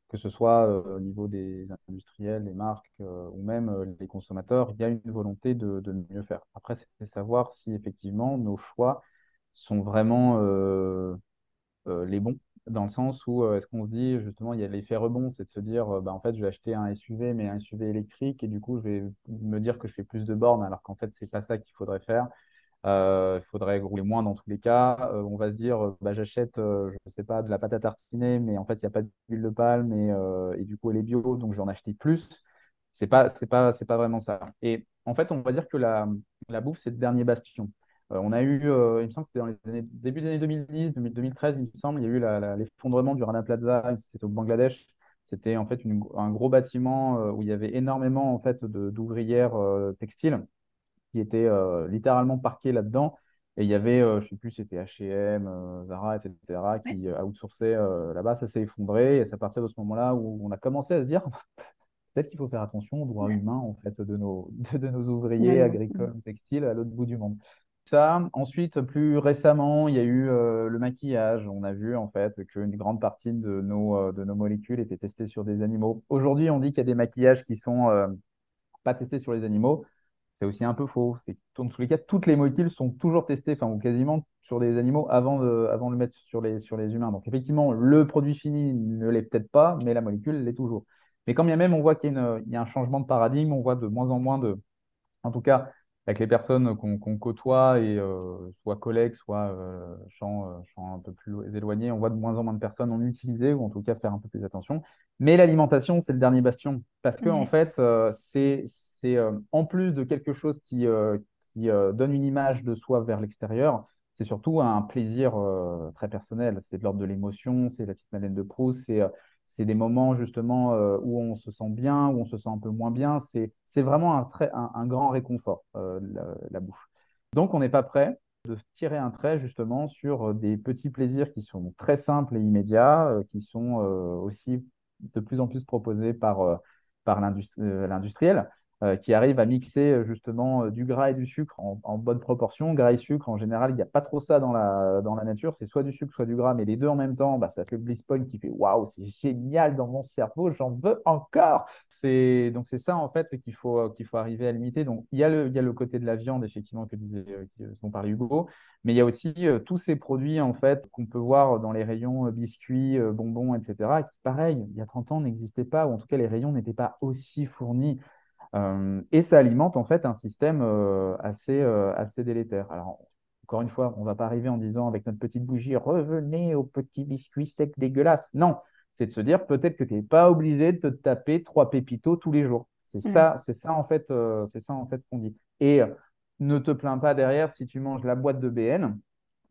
que ce soit euh, au niveau des industriels, des marques euh, ou même euh, les consommateurs, il y a une volonté de, de mieux faire. Après, c'est savoir si effectivement nos choix sont vraiment euh, euh, les bons, dans le sens où euh, est-ce qu'on se dit justement, il y a l'effet rebond, c'est de se dire, euh, bah, en fait, je vais acheter un S U V, mais un S U V électrique, et du coup, je vais me dire que je fais plus de bornes, alors qu'en fait, c'est pas ça qu'il faudrait faire. Euh, il faudrait rouler moins dans tous les cas. Euh, on va se dire, euh, bah, j'achète, euh, je sais pas, de la pâte à tartiner, mais en fait, il n'y a pas d'huile de palme et, euh, et du coup, elle est bio, donc je vais en acheter plus. C'est pas, c'est pas, c'est pas vraiment ça. Et en fait, on va dire que la, la bouffe, c'est le dernier bastion. Euh, on a eu, euh, il me semble que c'était dans les années, début des années deux mille dix, deux mille treize, il me semble, il y a eu la- la- l'effondrement du Rana Plaza, c'était au Bangladesh. C'était en fait une- un gros bâtiment euh, où il y avait énormément en fait de- d'ouvrières euh, textiles qui étaient euh, littéralement parqués là-dedans. Et il y avait, euh, je ne sais plus, c'était H et M, euh, Zara, et cetera, Ouais. qui euh, outsourçaient euh, là-bas. Ça s'est effondré. Et c'est à partir de ce moment-là où on a commencé à se dire, peut-être qu'il faut faire attention aux droits humains en fait, de nos, de, de nos ouvriers Finalement. agricoles, textiles à l'autre bout du monde. Ça, ensuite, plus récemment, il y a eu euh, le maquillage. On a vu en fait qu'une grande partie de nos, euh, de nos molécules étaient testées sur des animaux. Aujourd'hui, on dit qu'il y a des maquillages qui sont euh, pas testés sur les animaux. C'est aussi un peu faux. C'est que, dans tous les cas, toutes les molécules sont toujours testées, enfin, ou quasiment sur des animaux avant de, avant de le mettre sur les, sur les humains. Donc, effectivement, le produit fini ne l'est peut-être pas, mais la molécule l'est toujours. Mais quand bien même, on voit qu'il y a, une- il y a un changement de paradigme, on voit de moins en moins de, en tout cas, avec les personnes qu'on qu'on côtoie, et euh, soit collègues, soit euh, champs, euh, champs un peu plus éloignés, on voit de moins en moins de personnes en utiliser, ou en tout cas faire un peu plus attention. Mais l'alimentation, c'est le dernier bastion. Parce que, en Ouais. fait, euh, c'est, c'est euh, en plus de quelque chose qui, euh, qui euh, donne une image de soi vers l'extérieur, c'est surtout un plaisir euh, très personnel. C'est de l'ordre de l'émotion, c'est la petite Madeleine de Proust, c'est euh, c'est des moments justement euh, où on se sent bien, où on se sent un peu moins bien. C'est, c'est vraiment un, très, un, un grand réconfort, euh, la, la bouffe. Donc, on n'est pas prêt de tirer un trait justement sur euh, des petits plaisirs qui sont très simples et immédiats, euh, qui sont euh, aussi de plus en plus proposés par, euh, par l'industrie- euh, l'industriel, euh, qui arrive à mixer euh, justement euh, du gras et du sucre en, en bonne proportion. Gras et sucre, en général, il n'y a pas trop ça dans la, dans la nature. C'est soit du sucre, soit du gras, mais les deux en même temps, bah, ça fait le bliss point qui fait waouh, c'est génial dans mon cerveau, j'en veux encore. C'est, donc c'est ça en fait qu'il faut, euh, qu'il faut arriver à limiter. Donc il y a le, il y a le côté de la viande, effectivement, que disait, euh, qui- euh, dont parlait Hugo, mais il y a aussi euh, tous ces produits en fait qu'on peut voir dans les rayons euh, biscuits, euh, bonbons, et cetera, qui, pareil, il y a trente ans, n'existaient pas, ou en tout cas les rayons n'étaient pas aussi fournis. Euh, et ça alimente en fait un système euh, assez, euh, assez délétère. Alors, encore une fois, on ne va pas arriver en disant avec notre petite bougie, revenez aux petits biscuits secs dégueulasses. Non, c'est de se dire peut-être que tu n'es pas obligé de te taper trois pépitos tous les jours. C'est Ouais. ça, c'est ça en fait, euh, c'est ça en fait ce qu'on dit. Et euh, ne te plains pas derrière si tu manges la boîte de B N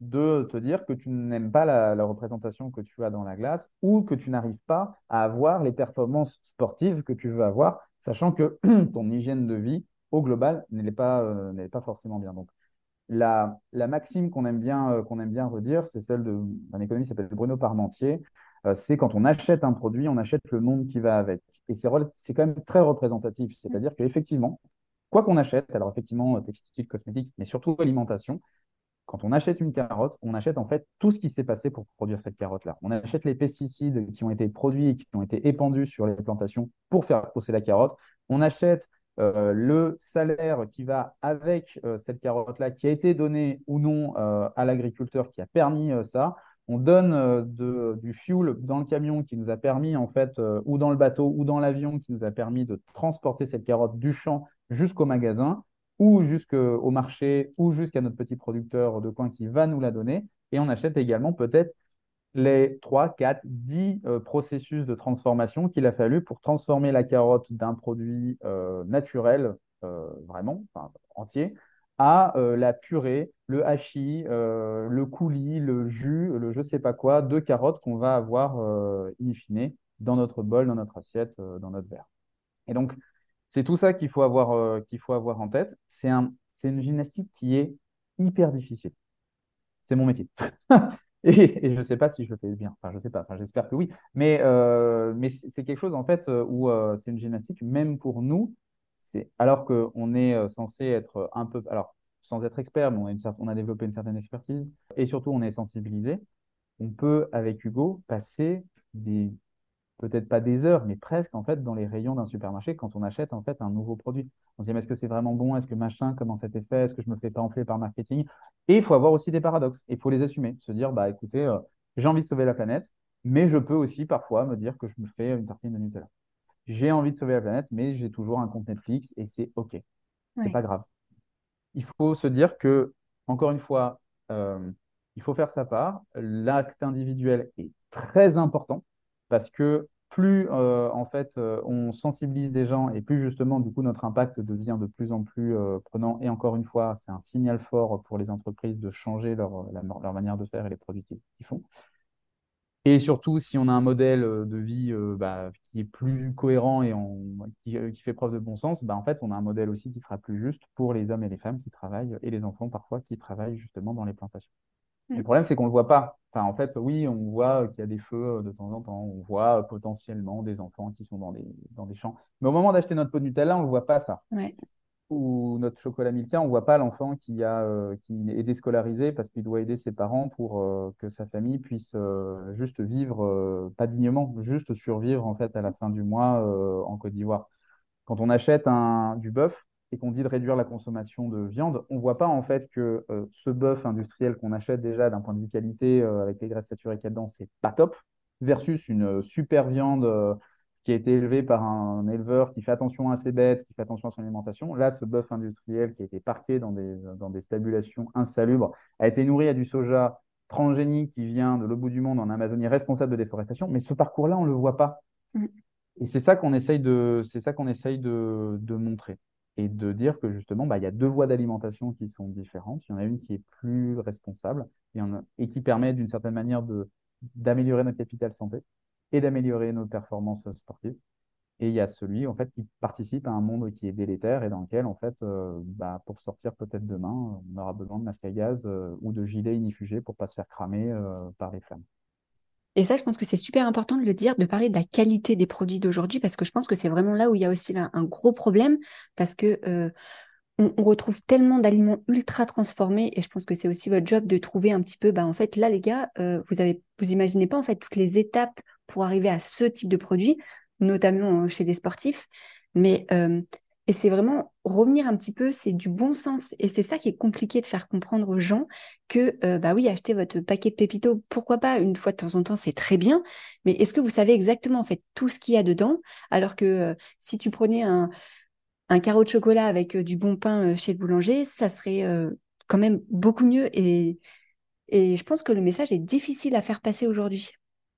de te dire que tu n'aimes pas la, la représentation que tu as dans la glace ou que tu n'arrives pas à avoir les performances sportives que tu veux avoir, sachant que ton hygiène de vie, au global, n'est pas, euh, n'est pas forcément bien. Donc, la, la maxime qu'on aime bien, euh, qu'on aime bien redire, c'est celle de- d'un économiste qui s'appelle Bruno Parmentier. Euh, c'est quand on achète un produit, on achète le monde qui va avec. Et c'est rela- c'est quand même très représentatif. C'est-à-dire qu'effectivement, quoi qu'on achète, alors effectivement, euh, textile, cosmétique, mais surtout alimentation, quand on achète une carotte, on achète en fait tout ce qui s'est passé pour produire cette carotte-là. On achète les pesticides qui ont été produits et qui ont été épandus sur les plantations pour faire pousser la carotte. On achète euh, le salaire qui va avec euh, cette carotte-là, qui a été donné ou non euh, à l'agriculteur qui a permis euh, ça. On donne euh, de, du fuel dans le camion qui nous a permis, en fait, euh, ou dans le bateau, ou dans l'avion, qui nous a permis de transporter cette carotte du champ jusqu'au magasin ou jusqu'au marché, ou jusqu'à notre petit producteur de coin qui va nous la donner. Et on achète également peut-être les trois, quatre, dix euh, processus de transformation qu'il a fallu pour transformer la carotte d'un produit euh, naturel, euh, vraiment, enfin, entier, à euh, la purée, le hachis, euh, le coulis, le jus, le je sais pas quoi, de carottes qu'on va avoir euh, in fine dans notre bol, dans notre assiette, euh, dans notre verre. Et donc, c'est tout ça qu'il faut avoir, euh, qu'il faut avoir en tête. C'est un, c'est une gymnastique qui est hyper difficile. C'est mon métier. Et, et je ne sais pas si je le fais bien. Enfin, je sais pas. Enfin, j'espère que oui. Mais, euh, mais c'est c'est quelque chose, en fait, euh, où euh, c'est une gymnastique, même pour nous, c'est, alors qu'on est euh, censé être un peu, alors, sans être expert, mais on a, une cer- on a développé une certaine expertise, et surtout, on est sensibilisé, on peut, avec Hugo, passer des peut-être pas des heures, mais presque en fait dans les rayons d'un supermarché quand on achète en fait un nouveau produit. On se dit, mais est-ce que c'est vraiment bon? Est-ce que machin, comment ça a été fait? Est-ce que je me fais pas enfler par marketing? Et il faut avoir aussi des paradoxes. Il faut les assumer. Se dire, bah écoutez, euh, j'ai envie de sauver la planète, mais je peux aussi parfois me dire que je me fais une tartine de Nutella. J'ai envie de sauver la planète, mais j'ai toujours un compte Netflix et c'est OK. C'est Ouais. pas grave. Il faut se dire que, encore une fois, euh, il faut faire sa part. L'acte individuel est très important parce que plus euh, en fait euh, on sensibilise des gens et plus justement du coup notre impact devient de plus en plus euh, prenant. Et encore une fois, c'est un signal fort pour les entreprises de changer leur, la- leur manière de faire et les produits qu'ils qu'ils font. Et surtout, si on a un modèle euh, de vie euh, bah, qui est plus cohérent et en- qui, euh, qui fait preuve de bon sens, bah, en fait, on a un modèle aussi qui sera plus juste pour les hommes et les femmes qui travaillent, et les enfants parfois qui travaillent justement dans les plantations. Et Mm. le problème, c'est qu'on ne le voit pas. Enfin, en fait, oui, on voit qu'il y a des feux euh, de temps en temps, on voit euh, potentiellement des enfants qui sont dans des, dans des champs. Mais au moment d'acheter notre pot de Nutella, on ne le voit pas ça Ouais. ou notre chocolat Milka, on ne voit pas l'enfant qui a, euh, qui est déscolarisé parce qu'il doit aider ses parents pour euh, que sa famille puisse euh, juste vivre, euh, pas dignement, juste survivre en fait à la fin du mois euh, en Côte d'Ivoire. Quand on achète un, du bœuf et qu'on dit de réduire la consommation de viande, on ne voit pas en fait que euh, ce bœuf industriel qu'on achète déjà d'un point de vue qualité, euh, avec les graisses saturées qu'il y a dedans, c'est pas top, versus une euh, super viande euh, qui a été élevée par un éleveur qui fait attention à ses bêtes, qui fait attention à son alimentation. Là, ce bœuf industriel qui a été parqué dans des, dans des stabulations insalubres a été nourri à du soja transgénique qui vient de l'autre bout du monde en Amazonie, responsable de déforestation. Mais ce parcours-là, on ne le voit pas. Mm. Et c'est ça qu'on essaye de, c'est ça qu'on essaye de, de montrer et de dire que justement, bah, il y a deux voies d'alimentation qui sont différentes. Il y en a une qui est plus responsable il y en a- et qui permet d'une certaine manière de, d'améliorer notre capital santé et d'améliorer nos performances sportives. Et il y a celui en fait qui participe à un monde qui est délétère et dans lequel en fait, euh, bah, pour sortir peut-être demain, on aura besoin de masque à gaz euh, ou de gilets inifugés pour pas se faire cramer euh, par les flammes. Et ça, je pense que c'est super important de le dire, de parler de la qualité des produits d'aujourd'hui, parce que je pense que c'est vraiment là où il y a aussi là un gros problème, parce que euh, on, on retrouve tellement d'aliments ultra transformés, et je pense que c'est aussi votre job de trouver un petit peu, bah en fait là les gars, euh, vous avez, vous imaginez pas en fait toutes les étapes pour arriver à ce type de produit, notamment euh, chez des sportifs, mais euh, et c'est vraiment revenir un petit peu, c'est du bon sens, et c'est ça qui est compliqué de faire comprendre aux gens que euh, bah oui, acheter votre paquet de Pépito, pourquoi pas une fois de temps en temps, c'est très bien, mais est-ce que vous savez exactement en fait tout ce qu'il y a dedans, alors que euh, si tu prenais un un carreau de chocolat avec euh, du bon pain euh, chez le boulanger, ça serait euh, quand même beaucoup mieux. Et, et je pense que le message est difficile à faire passer aujourd'hui.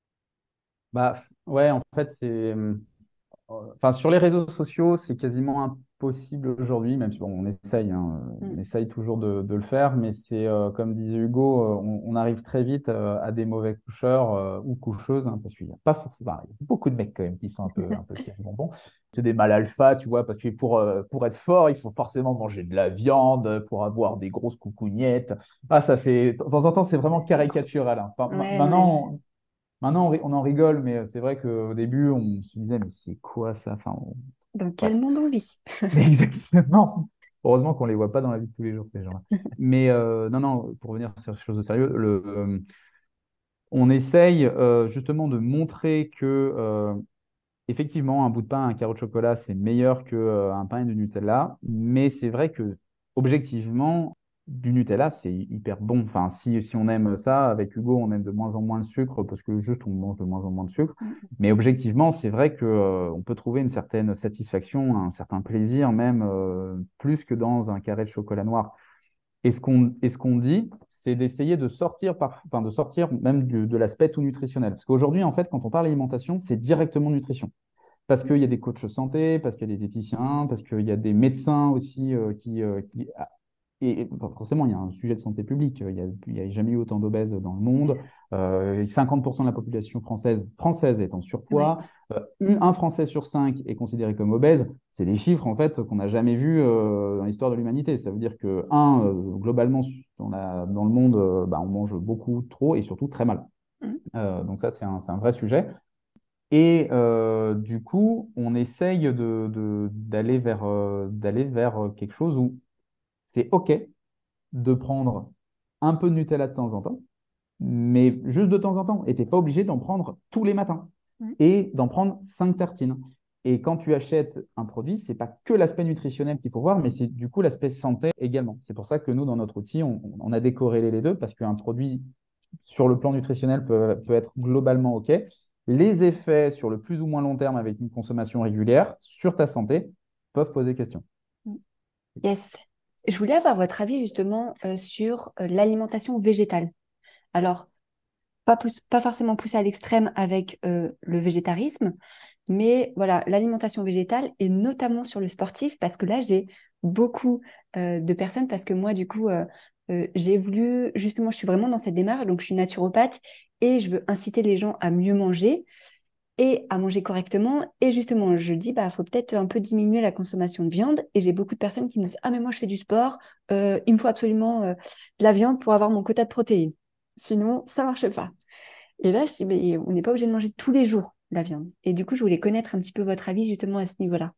Bah ouais, en fait, c'est enfin, sur les réseaux sociaux, c'est quasiment impossible aujourd'hui, même si bon, on essaye, hein, Mm. on essaye toujours de, de le faire, mais c'est euh, comme disait Hugo, euh, on, on arrive très vite euh, à des mauvais coucheurs euh, ou coucheuses, hein, parce qu'il n'y a pas forcément, il y a beaucoup de mecs quand même qui sont un peu, un peu bonbons. C'est des mâles alpha, tu vois, parce que pour, euh, pour être fort, il faut forcément manger de la viande, pour avoir des grosses coucougnettes. Ah, ça fait, de temps en temps, c'est vraiment caricatural, hein. Enfin, ma- Ouais, non, mais je- maintenant, Maintenant, on, ri- on en rigole, mais euh, c'est vrai qu'au début, on se disait, mais c'est quoi ça? Enfin, on- dans quel bref, monde on vit? mais exactement. Heureusement qu'on ne les voit pas dans la vie de tous les jours, ces gens-là. Mais euh, non, non, pour revenir sur quelque chose de sérieux, le, euh, on essaye euh, justement de montrer que euh, effectivement, un bout de pain, un carreau de chocolat, c'est meilleur qu'un pain et du Nutella. Mais c'est vrai que, objectivement, du Nutella, c'est hyper bon. Enfin, si, si on aime ça, avec Hugo, on aime de moins en moins le sucre parce que juste on mange de moins en moins de sucre. Mm. Mais objectivement, c'est vrai que, euh, on peut trouver une certaine satisfaction, un certain plaisir, même euh, plus que dans un carré de chocolat noir. Et ce qu'on et ce qu'on dit, c'est d'essayer de sortir, par, enfin, de sortir même du- de l'aspect tout nutritionnel. Parce qu'aujourd'hui, en fait, quand on parle alimentation, c'est directement nutrition parce qu'il y a des coachs santé, parce qu'il y a des diététiciens, parce qu'il y a des médecins aussi euh, qui, euh, qui... ah, Et, et forcément, il y a un sujet de santé publique. Il n'y a, il y a jamais eu autant d'obèses dans le monde. Euh, cinquante pour cent de la population française, française est en Ouais. surpoids. Euh, un un Français sur cinq est considéré comme obèse. C'est des chiffres en fait qu'on n'a jamais vus euh, dans l'histoire de l'humanité. Ça veut dire que, un, euh, globalement, dans, la- dans le monde, euh, bah, on mange beaucoup trop et surtout très mal. Mm. Euh, donc ça, c'est un, c'est un vrai sujet. Et euh, du coup, on essaye de, de- d'aller vers, euh, d'aller vers euh, quelque chose où c'est OK de prendre un peu de Nutella de temps en temps, mais juste de temps en temps. Et tu n'es pas obligé d'en prendre tous les matins. Mm. et d'en prendre cinq tartines. Et quand tu achètes un produit, c'est pas que l'aspect nutritionnel qu'il faut voir, mais c'est du coup l'aspect santé également. C'est pour ça que nous, dans notre outil, on, on a décorrélé les deux parce qu'un produit sur le plan nutritionnel peut, peut être globalement OK. Les effets sur le plus ou moins long terme avec une consommation régulière sur ta santé peuvent poser question. Mm. Yes. Je voulais avoir votre avis justement euh, sur euh, l'alimentation végétale. Alors, pas, pousse- pas forcément poussé à l'extrême avec euh, le végétarisme, mais voilà, l'alimentation végétale et notamment sur le sportif, parce que là, j'ai beaucoup euh, de personnes, parce que moi, du coup, euh, euh, j'ai voulu, justement, je suis vraiment dans cette démarche, donc je suis naturopathe et je veux inciter les gens à mieux manger et à manger correctement. Et justement, je dis, bah, faut peut-être un peu diminuer la consommation de viande. Et j'ai beaucoup de personnes qui me disent, ah, mais moi, je fais du sport, euh, il me faut absolument euh, de la viande pour avoir mon quota de protéines. Sinon, ça marche pas. Et là, je dis, mais on n'est pas obligé de manger tous les jours de la viande. Et du coup, je voulais connaître un petit peu votre avis justement à ce niveau-là.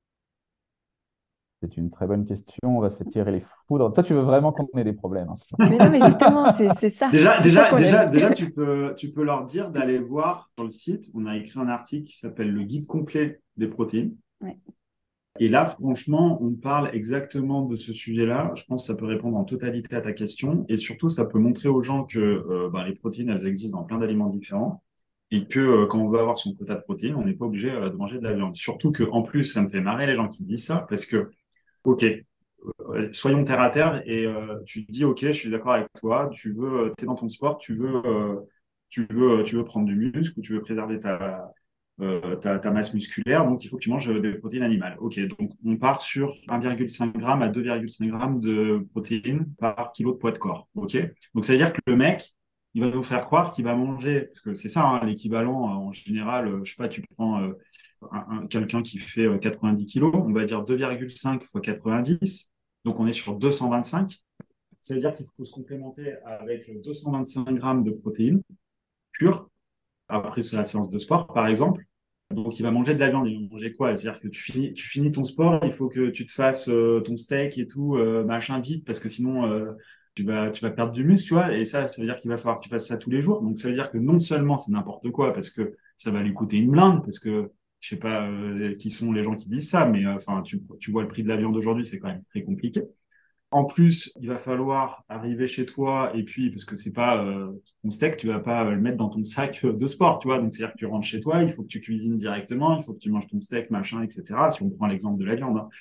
C'est une très bonne question. On va s'étirer les foudres. Toi, tu veux vraiment qu'on ait des problèmes, hein. Mais non, mais justement, c'est c'est ça. Déjà, C'est ça déjà, qu'on déjà, aime. déjà, tu peux, tu peux leur dire d'aller voir sur le site. On a écrit un article qui s'appelle Le guide complet des protéines. Ouais. Et là, franchement, on parle exactement de ce sujet-là. Je pense que ça peut répondre en totalité à ta question. Et surtout, ça peut montrer aux gens que euh, ben, les protéines, elles existent dans plein d'aliments différents. Et que euh, quand on veut avoir son quota de protéines, on n'est pas obligé euh, de manger de la viande. Surtout que, en plus, ça me fait marrer les gens qui disent ça parce que, OK, euh, soyons terre à terre et euh, tu te dis, OK, je suis d'accord avec toi. Tu veux, tu es dans ton sport, tu veux, euh, tu veux, tu veux prendre du muscle ou tu veux préserver ta, euh, ta, ta masse musculaire, donc il faut que tu manges des protéines animales. Ok, donc on part sur un virgule cinq g à deux virgule cinq g de protéines par kilo de poids de corps. Ok, donc ça veut dire que le mec, il va nous faire croire qu'il va manger, parce que c'est ça hein, l'équivalent euh, en général. Euh, je sais pas, tu prends euh, un, un, quelqu'un qui fait euh, quatre-vingt-dix kilos, on va dire deux virgule cinq fois quatre-vingt-dix, donc on est sur deux cent vingt-cinq. Ça veut dire qu'il faut se complémenter avec deux cent vingt-cinq grammes de protéines pures après la séance de sport, par exemple. Donc, il va manger de la viande. Il va manger quoi? C'est-à-dire que tu finis, tu finis ton sport, il faut que tu te fasses euh, ton steak et tout, euh, machin, vite, parce que sinon, euh, tu vas, tu vas perdre du muscle, tu vois. Et ça, ça veut dire qu'il va falloir que tu fasses ça tous les jours. Donc, ça veut dire que non seulement c'est n'importe quoi, parce que ça va lui coûter une blinde, parce que je sais pas euh, qui sont les gens qui disent ça, mais euh, enfin, tu, tu vois le prix de la viande aujourd'hui, c'est quand même très compliqué. En plus, il va falloir arriver chez toi et puis, parce que c'est pas euh, ton steak, tu vas pas euh, le mettre dans ton sac de sport, tu vois. Donc, c'est-à-dire que tu rentres chez toi, il faut que tu cuisines directement, il faut que tu manges ton steak, machin, et cetera. Si on prend l'exemple de la viande, hein.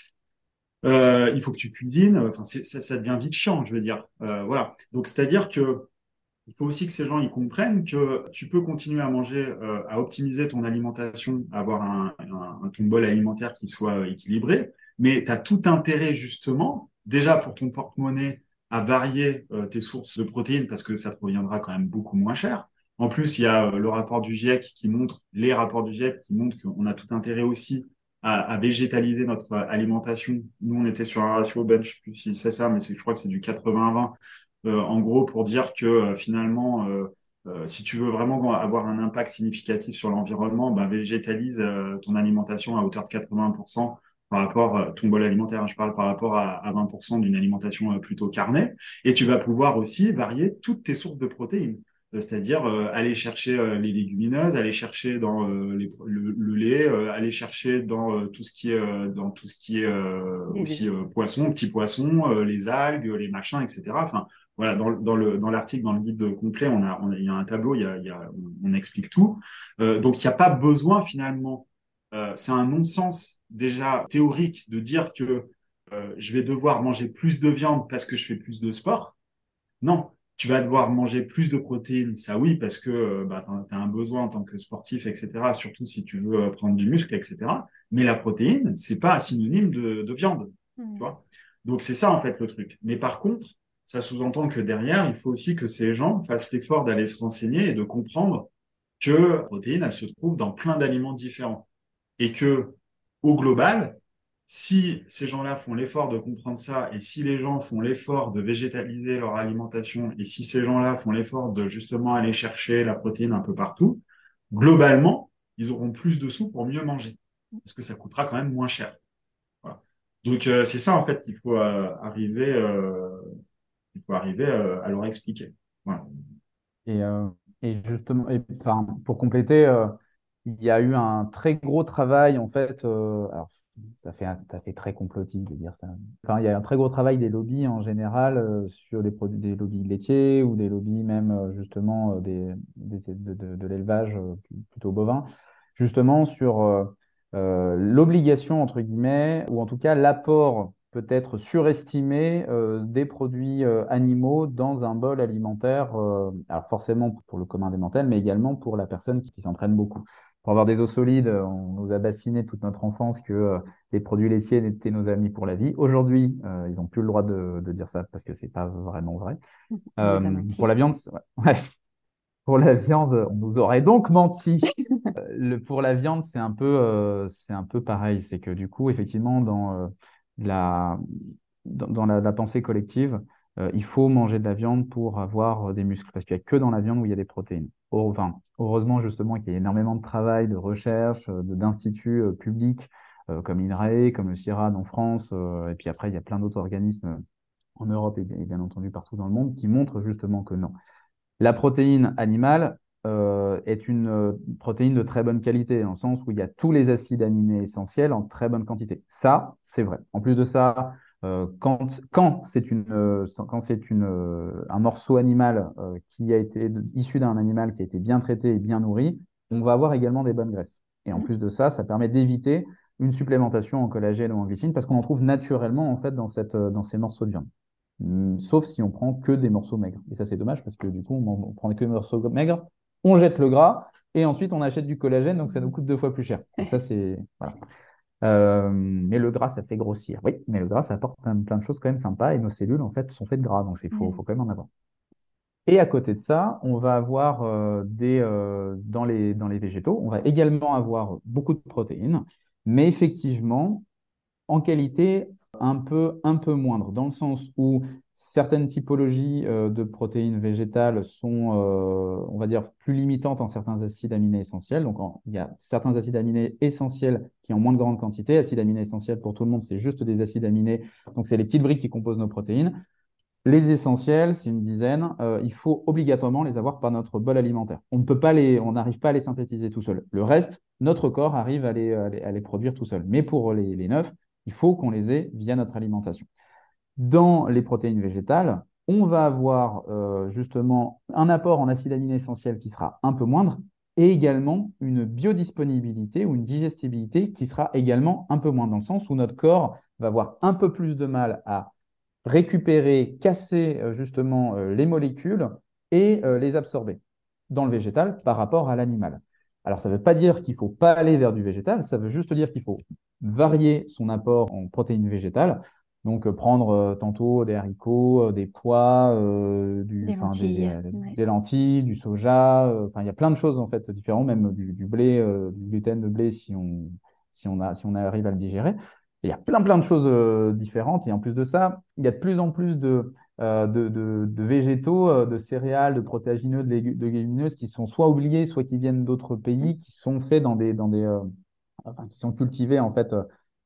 Euh, il faut que tu cuisines. Enfin, c'est, ça, ça devient vite chiant, je veux dire. Euh, voilà. Donc, c'est-à-dire que il faut aussi que ces gens ils comprennent que tu peux continuer à manger, euh, à optimiser ton alimentation, à avoir un, un, un ton bol alimentaire qui soit euh, équilibré, mais tu as tout intérêt justement, déjà pour ton porte-monnaie, à varier euh, tes sources de protéines parce que ça te reviendra quand même beaucoup moins cher. En plus, il y a euh, le rapport du GIEC qui montre, les rapports du GIEC qui montrent qu'on a tout intérêt aussi à, à végétaliser notre euh, alimentation. Nous, on était sur un ratio bench, je sais plus si c'est ça, mais c'est, je crois que c'est du quatre-vingts vingt euh, en gros, pour dire que euh, finalement, euh, euh, si tu veux vraiment avoir un impact significatif sur l'environnement, ben, végétalise euh, ton alimentation à hauteur de quatre-vingts pour cent par rapport à ton bol alimentaire. Hein, je parle par rapport à, à vingt pour cent d'une alimentation euh, plutôt carnée. Et tu vas pouvoir aussi varier toutes tes sources de protéines. Euh, C'est-à-dire euh, aller chercher euh, les légumineuses, aller chercher dans euh, les, le, le, lait, euh, aller chercher dans euh, tout ce qui est euh, dans tout ce qui est euh, Les œufs. aussi euh, poisson, petits poissons, euh, les algues, les machins, et cetera. Enfin, voilà, dans, dans le dans l'article, dans le guide complet, on a, on a, il y a un tableau, il y a, il y a, on explique tout. Euh, donc, il n'y a pas besoin finalement. Euh, c'est un non-sens déjà théorique de dire que euh, je vais devoir manger plus de viande parce que je fais plus de sport. Non, tu vas devoir manger plus de protéines, ça oui, parce que euh, bah, tu as un besoin en tant que sportif, et cetera. Surtout si tu veux euh, prendre du muscle, et cetera. Mais la protéine, c'est pas synonyme de, de viande, tu Mm. vois. Donc c'est ça en fait le truc. Mais par contre, ça sous-entend que derrière, il faut aussi que ces gens fassent l'effort d'aller se renseigner et de comprendre que la protéine, elle se trouve dans plein d'aliments différents. Et que, au global, si ces gens-là font l'effort de comprendre ça, et si les gens font l'effort de végétaliser leur alimentation, et si ces gens-là font l'effort de justement aller chercher la protéine un peu partout, globalement, ils auront plus de sous pour mieux manger. Parce que ça coûtera quand même moins cher. Voilà. Donc, euh, c'est ça, en fait, qu'il faut euh, arriver, euh, il faut arriver euh, à leur expliquer. Voilà. Et, euh, et justement, et, enfin, pour compléter, euh, il y a eu un très gros travail, en fait. Euh, alors, ça fait, un- ça fait très complotiste de dire ça. Enfin, il y a un très gros travail des lobbies en général euh, sur les produits, des lobbies laitiers ou des lobbies même euh, justement euh, des, des- de, de- de l'élevage euh, plutôt bovin, justement sur euh, euh, l'obligation, entre guillemets, ou en tout cas l'apport peut-être surestimé euh, des produits euh, animaux dans un bol alimentaire, euh, alors forcément pour le commun des mortels, mais également pour la personne qui, qui s'entraîne beaucoup. Pour avoir des os solides, on nous a bassiné toute notre enfance que euh, les produits laitiers étaient nos amis pour la vie. Aujourd'hui, euh, ils n'ont plus le droit de, de dire ça parce que c'est pas vraiment vrai. On nous a Euh, pour menti. la viande, c'est- ouais. Ouais. Pour la viande, on nous aurait donc menti. Le, pour la viande, c'est un peu, euh, c'est un peu pareil. C'est que du coup, effectivement, dans euh, la, dans, dans la, la pensée collective, euh, il faut manger de la viande pour avoir euh, des muscles, parce qu'il n'y a que dans la viande où il y a des protéines. Heure- Enfin, heureusement, justement, qu'il y a énormément de travail, de recherche, euh, de- d'instituts euh, publics, euh, comme INRAE, comme le CIRAD en France, euh, et puis après, il y a plein d'autres organismes en Europe et, bien et bien entendu partout dans le monde qui montrent justement que non. La protéine animale euh, est une euh, protéine de très bonne qualité, dans le sens où il y a tous les acides aminés essentiels en très bonne quantité. Ça, c'est vrai. En plus de ça, euh, quand, quand c'est une, euh, quand c'est une, euh, un morceau animal euh, qui a été issu d'un animal qui a été bien traité et bien nourri, on va avoir également des bonnes graisses. Et en plus de ça, ça permet d'éviter une supplémentation en collagène ou en glycine parce qu'on en trouve naturellement en fait dans, cette, euh, dans ces morceaux de viande. Hum, Sauf si on prend que des morceaux maigres. Et ça, c'est dommage parce que du coup, on, on prend que des morceaux maigres, on jette le gras et ensuite on achète du collagène, donc ça nous coûte deux fois plus cher. Donc ça, c'est. Voilà. Euh, mais le gras, ça fait grossir. Oui, mais le gras, ça apporte plein, plein de choses quand même sympas et nos cellules, en fait, sont faites de gras, donc il faut, faut quand même en avoir. Et à côté de ça, on va avoir euh, des, euh, dans les, dans les végétaux, on va également avoir beaucoup de protéines, mais effectivement, en qualité un peu, un peu moindre, dans le sens où certaines typologies euh, de protéines végétales sont, euh, on va dire, plus limitantes en certains acides aminés essentiels. Donc, en- il y a certains acides aminés essentiels qui ont moins de grande quantité. Acides aminés essentiels, pour tout le monde, c'est juste des acides aminés. Donc, c'est les petites briques qui composent nos protéines. Les essentiels, c'est une dizaine, euh, il faut obligatoirement les avoir par notre bol alimentaire. On ne peut pas les, on n'arrive pas à les synthétiser tout seul. Le reste, notre corps arrive à les, à les, à les produire tout seul. Mais pour les, les neufs, il faut qu'on les ait via notre alimentation. Dans les protéines végétales, on va avoir euh, justement un apport en acides aminés essentiels qui sera un peu moindre et également une biodisponibilité ou une digestibilité qui sera également un peu moindre, dans le sens où notre corps va avoir un peu plus de mal à récupérer, casser euh, justement euh, les molécules et euh, les absorber dans le végétal par rapport à l'animal. Alors, ça ne veut pas dire qu'il ne faut pas aller vers du végétal, ça veut juste dire qu'il faut varier son apport en protéines végétales. Donc, euh, prendre euh, tantôt des haricots, euh, des pois, euh, du, Des enfin, des, des, lentilles. Ouais. des lentilles, du soja. euh, Enfin, il y a plein de choses en fait différentes, même du, du blé, euh, du gluten de blé si on, si on a, si on arrive à le digérer. Il y a plein, plein de choses euh, différentes. Et en plus de ça, il y a de plus en plus de, euh, de, de- de végétaux, euh, de céréales, de protéagineux, de, légu- de légumineuses qui sont soit oubliés, soit qui viennent d'autres pays, qui sont faits dans des, dans des, euh, enfin, qui sont cultivés en fait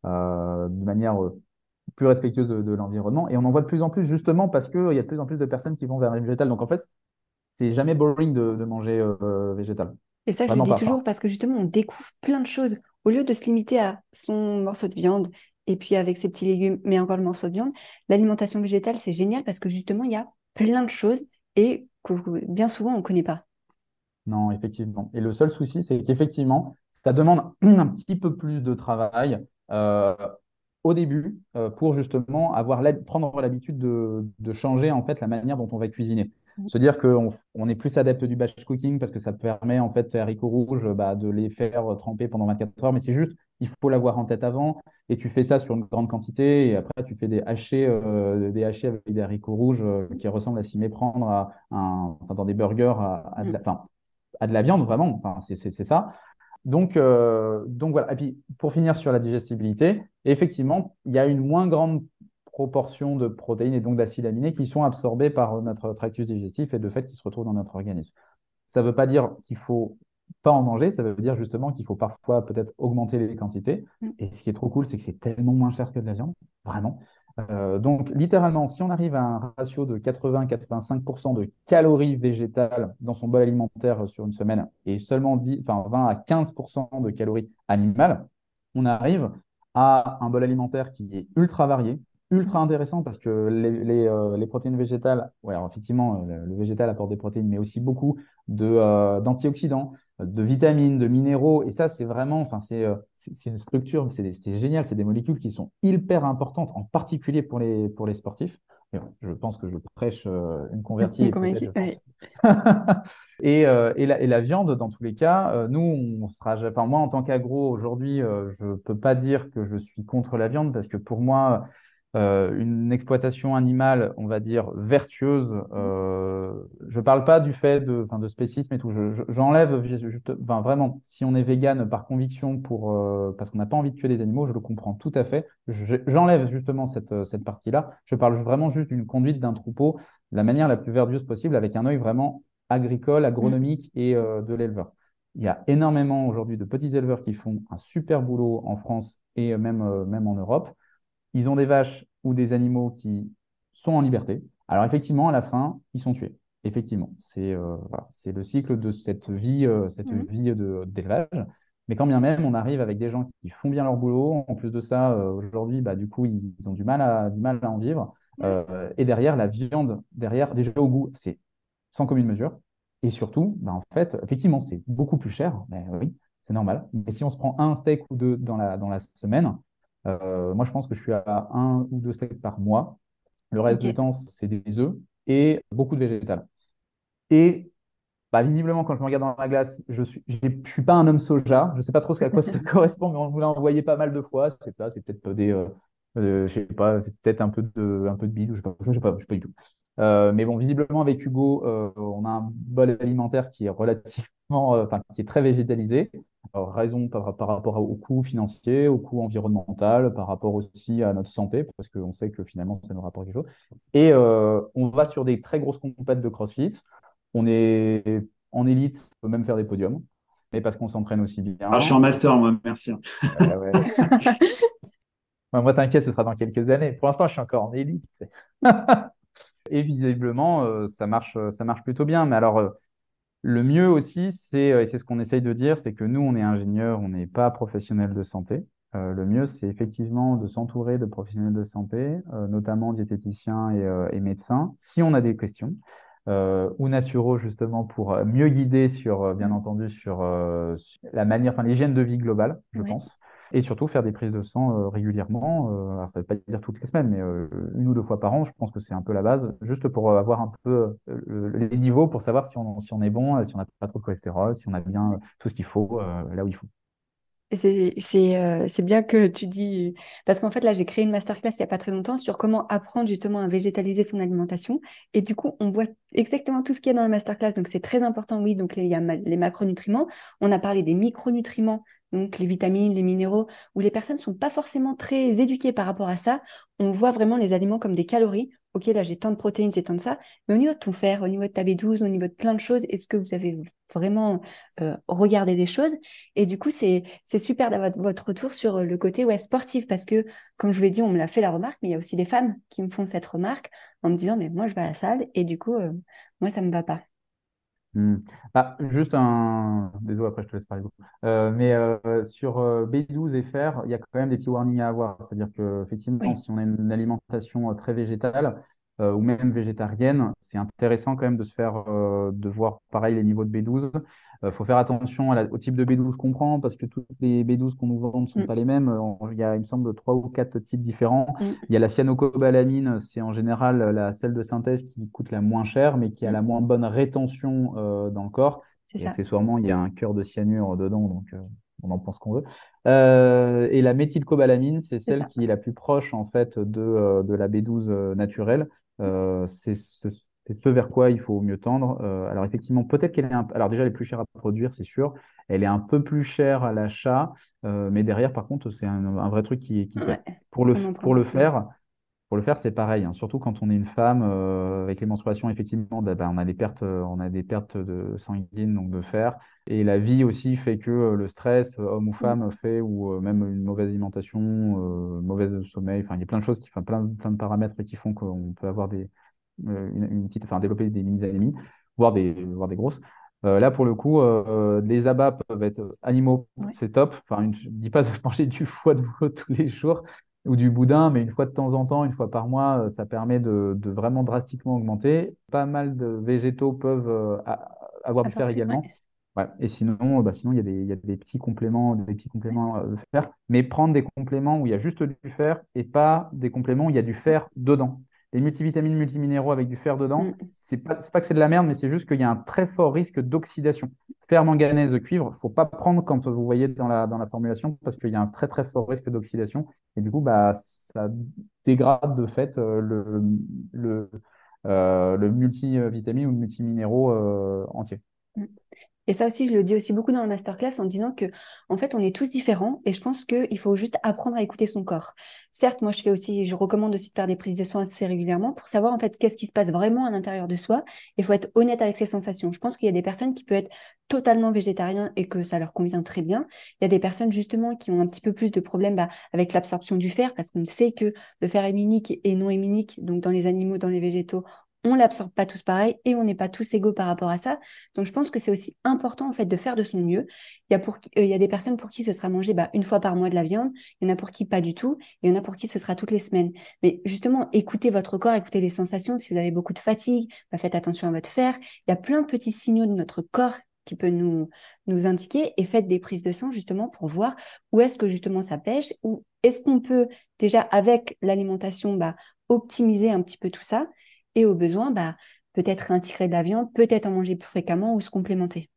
euh, de manière euh, plus respectueuse de, de l'environnement. Et on en voit de plus en plus justement parce qu'il y a de plus en plus de personnes qui vont vers les végétales. Donc en fait, c'est jamais boring de, de manger euh, végétal. Et ça, je le Vraiment dis pas. toujours parce que justement, on découvre plein de choses. Au lieu de se limiter à son morceau de viande et puis avec ses petits légumes, mais encore le morceau de viande, l'alimentation végétale, c'est génial parce que justement, il y a plein de choses et que bien souvent, on ne connaît pas. Non, effectivement. Et le seul souci, c'est qu'effectivement, ça demande un petit peu plus de travail euh, au début euh, pour justement avoir l'hab- prendre l'habitude de, de changer en fait la manière dont on va cuisiner. Se dire qu'on on est plus adepte du batch cooking parce que ça permet en fait les haricots rouges bah, de les faire tremper pendant vingt-quatre heures, mais c'est juste, il faut l'avoir en tête avant et tu fais ça sur une grande quantité et après tu fais des hachés, euh, des hachés avec des haricots rouges euh, qui ressemblent à s'y méprendre à un, enfin, dans des burgers à, à de la, enfin, à de la viande, vraiment. Enfin, c'est c'est- c'est ça. Donc, euh, donc voilà. Et puis, pour finir sur la digestibilité, effectivement, il y a une moins grande proportion de protéines et donc d'acides aminés qui sont absorbés par notre tractus digestif et de fait qui se retrouvent dans notre organisme. Ça ne veut pas dire qu'il faut pas en manger, ça veut dire justement qu'il faut parfois peut-être augmenter les quantités. Mm. Et ce qui est trop cool, c'est que c'est tellement moins cher que de la viande, vraiment. Euh, donc, littéralement, si on arrive à un ratio de quatre-vingts à quatre-vingt-cinq pour cent de calories végétales dans son bol alimentaire sur une semaine et seulement dix, enfin, vingt à quinze pour cent de calories animales, on arrive à un bol alimentaire qui est ultra varié, ultra intéressant parce que les, les, euh, les protéines végétales, ouais, alors effectivement, le, le végétal apporte des protéines, mais aussi beaucoup de, euh, d'antioxydants, de vitamines, de minéraux. Et ça, c'est vraiment, enfin, c'est euh, c'est c'est une structure, c'est des- c'est génial, c'est des molécules qui sont hyper importantes, en particulier pour les, pour les sportifs. Mais bon, je pense que je prêche euh, une convertie Une et peut-être, je convaincue, pense. ouais. Et, euh, et, la, et la viande, dans tous les cas, euh, nous, on sera, ja- enfin, moi, en tant qu'agro, aujourd'hui, euh, je ne peux pas dire que je suis contre la viande parce que pour moi, euh, une exploitation animale, on va dire, vertueuse, euh, je ne parle pas du fait de, enfin, de spécisme et tout. Je- je- j'enlève, je- je- enfin, vraiment, si on est vegan par conviction pour, euh, parce qu'on n'a pas envie de tuer les animaux, je le comprends tout à fait. Je- j'enlève justement cette, cette partie-là. Je parle vraiment juste d'une conduite d'un troupeau de la manière la plus vertueuse possible avec un œil vraiment agricole, Mm. agronomique et euh, de l'éleveur. Il y a énormément aujourd'hui de petits éleveurs qui font un super boulot en France et même, euh, même en Europe. Ils ont des vaches ou des animaux qui sont en liberté. Alors effectivement, à la fin, ils sont tués. Effectivement, c'est euh, voilà, c'est le cycle de cette vie, euh, cette Mm. vie de- d'élevage. Mais quand bien même, on arrive avec des gens qui font bien leur boulot. En plus de ça, euh, aujourd'hui, bah, du coup, ils, ils ont du mal à, du mal à en vivre. Ouais. Euh, et derrière, la viande, derrière, déjà au goût, c'est sans commune mesure. Et surtout, bah, en fait, effectivement, c'est beaucoup plus cher. Mais oui, c'est normal. Mais si on se prend un steak ou deux dans la, dans la semaine, euh, moi, je pense que je suis à un ou deux steaks par mois. Le reste du Ok. temps, c'est des œufs et beaucoup de végétal. Et bah, visiblement, quand je me regarde dans la glace, je suis, j'ai- je suis pas un homme soja. Je ne sais pas trop ce à quoi ça correspond, mais on me l'a envoyé pas mal de fois. Je sais pas, c'est peut-être des, euh, euh, je sais pas, c'est peut-être un peu de, un peu de bile, ou je sais pas, je sais pas, je sais pas du tout. Euh, mais bon, visiblement avec Hugo, euh, on a un bol alimentaire qui est relativement, euh, enfin, qui est très végétalisé. Alors, raison par, par rapport au coût financier, au coût environnemental, par rapport aussi à notre santé, parce qu'on sait que finalement, ça nous rapporte quelque chose. Et euh, on va sur des très grosses compètes de CrossFit. On est en élite, on peut même faire des podiums, mais parce qu'on s'entraîne aussi Ah, je suis en bien. master, moi, merci. Ouais, ouais. Ouais, moi, t'inquiète, ce sera dans quelques années. Pour l'instant, je suis encore en élite. Et visiblement, euh, ça marche, euh, ça marche plutôt bien. Mais alors, euh, le mieux aussi, c'est, euh, et c'est ce qu'on essaye de dire, c'est que nous, on est ingénieurs, on n'est pas professionnels de santé. Euh, le mieux, c'est effectivement de s'entourer de professionnels de santé, euh, notamment diététiciens et, euh, et médecins, si on a des questions, euh, ou naturaux justement pour euh, mieux guider sur, euh, bien Mm. entendu, sur, euh, sur la manière, enfin l'hygiène de vie globale, je Ouais. pense, et surtout faire des prises de sang euh, régulièrement. Euh, alors, ça ne veut pas dire toutes les semaines, mais euh, une ou deux fois par an, je pense que c'est un peu la base, juste pour euh, avoir un peu euh, le- les niveaux pour savoir si on, si on est bon, euh, si on n'a pas trop de cholestérol, si on a bien euh, tout ce qu'il faut euh, là où il faut. Et C'est c'est euh, c'est bien que tu dis, parce qu'en fait là j'ai créé une masterclass il y a pas très longtemps sur comment apprendre justement à végétaliser son alimentation et du coup on voit exactement tout ce qu'il y a dans la masterclass, donc c'est très important. Oui, donc les- il y a ma- les macronutriments, on a parlé des micronutriments, donc les vitamines, les minéraux, où les personnes sont pas forcément très éduquées par rapport à ça. On voit vraiment les aliments comme des calories. Ok, là j'ai tant de protéines, j'ai tant de ça, mais au niveau de ton fer, au niveau de ta B douze, au niveau de plein de choses, est-ce que vous avez vraiment euh, regardé des choses? Et du coup, c'est c'est super d'avoir votre retour sur euh, le côté ouais, sportif parce que, comme je vous l'ai dit, on me l'a fait la remarque, mais il y a aussi des femmes qui me font cette remarque en me disant, mais moi, je vais à la salle et du coup, euh, moi, ça me va pas. Hmm. Ah, juste un. Désolé, après je te laisse parler beaucoup. Euh, mais euh, sur euh, B douze et fer, il y a quand même des petits warnings à avoir. C'est-à-dire que effectivement, Oui, si on a une alimentation euh, très végétale euh, ou même végétarienne, c'est intéressant quand même de se faire, euh, de voir pareil les niveaux de B douze. Il faut faire attention à la- au type de B douze qu'on prend parce que toutes les B douze qu'on nous vend ne sont mm, pas les mêmes. Euh, Il y a, il me semble, trois ou quatre types différents. mm, Il y a la cyanocobalamin, c'est en général la sel de synthèse qui coûte la moins chère, mais qui a mm, la moins bonne rétention euh, dans le corps. c'est Et ça. accessoirement, il y a un cœur de cyanure dedans, donc euh, on en pense qu'on veut. Euh, et la méthylcobalamine, c'est C'est celle ça. qui est la plus proche en fait de, euh, de la B douze euh, naturelle. Euh, c'est ce, c'est ce vers quoi il faut mieux tendre. Euh, alors effectivement, peut-être qu'elle est un... alors déjà elle est plus chère à produire, c'est sûr. Elle est un peu plus chère à l'achat, euh, mais derrière, par contre, c'est un, un vrai truc qui, qui sert. Ouais, Pour le, on en prend pour le beaucoup. faire, Pour le faire, c'est pareil, hein. Surtout quand on est une femme, euh, avec les menstruations, effectivement, bah, bah, on a des pertes, euh, on a des pertes de sanguine, donc de fer. Et la vie aussi fait que euh, le stress, euh, homme ou Mm. femme, fait, ou euh, même une mauvaise alimentation, euh, mauvais sommeil, enfin, il y a plein de choses, qui, enfin, plein, plein de paramètres qui font qu'on peut avoir des, euh, une, une petite, enfin, développer des mini-anémies, voire des, voire des grosses. Euh, là, pour le coup, euh, les abats peuvent être animaux, Ouais, c'est top. Enfin, une- je ne dis pas de manger du foie de veau tous les jours ou du boudin, mais une fois de temps en temps, une fois par mois, euh, ça permet de, de vraiment drastiquement augmenter. Pas mal de végétaux peuvent euh, a- avoir du fer apporter, ouais. également. Ouais. Et sinon, bah, sinon, il y a des, il y a des petits compléments, des petits compléments euh, de fer, mais prendre des compléments où il y a juste du fer et pas des compléments où il y a du fer dedans. Les multivitamines, multiminéraux avec du fer dedans, Mm. c'est pas, c'est pas que c'est de la merde, mais c'est juste qu'il y a un très fort risque d'oxydation. Fer, manganèse, cuivre, faut pas prendre quand vous voyez dans la, dans la formulation parce qu'il y a un très très fort risque d'oxydation. Et du coup, bah, ça dégrade de fait euh, le, le, euh, le multivitamine ou le multiminéraux euh, entier. Mm. Et ça aussi, je le dis aussi beaucoup dans la masterclass en disant que, en fait, on est tous différents et je pense qu'il faut juste apprendre à écouter son corps. Certes, moi, je fais aussi, je recommande aussi de faire des prises de sang assez régulièrement pour savoir, en fait, qu'est-ce qui se passe vraiment à l'intérieur de soi. Il faut être honnête avec ses sensations. Je pense qu'il y a des personnes qui peuvent être totalement végétariens et que ça leur convient très bien. Il y a des personnes, justement, qui ont un petit peu plus de problèmes bah, avec l'absorption du fer parce qu'on sait que le fer est héminique et non héminique. Donc, dans les animaux, dans les végétaux, on l'absorbe pas tous pareil et on n'est pas tous égaux par rapport à ça. Donc, je pense que c'est aussi important en fait de faire de son mieux. Il y a, pour qui- euh, il y a des personnes pour qui ce sera manger bah, une fois par mois de la viande, il y en a pour qui pas du tout, et il y en a pour qui ce sera toutes les semaines. Mais justement, écoutez votre corps, écoutez les sensations. Si vous avez beaucoup de fatigue, bah, faites attention à votre fer. Il y a plein de petits signaux de notre corps qui peut nous, nous indiquer et faites des prises de sang justement pour voir où est-ce que justement ça pêche, ou est-ce qu'on peut déjà avec l'alimentation bah, optimiser un petit peu tout ça et au besoin, bah, peut-être réintégrer de la viande, peut-être en manger plus fréquemment ou se complémenter.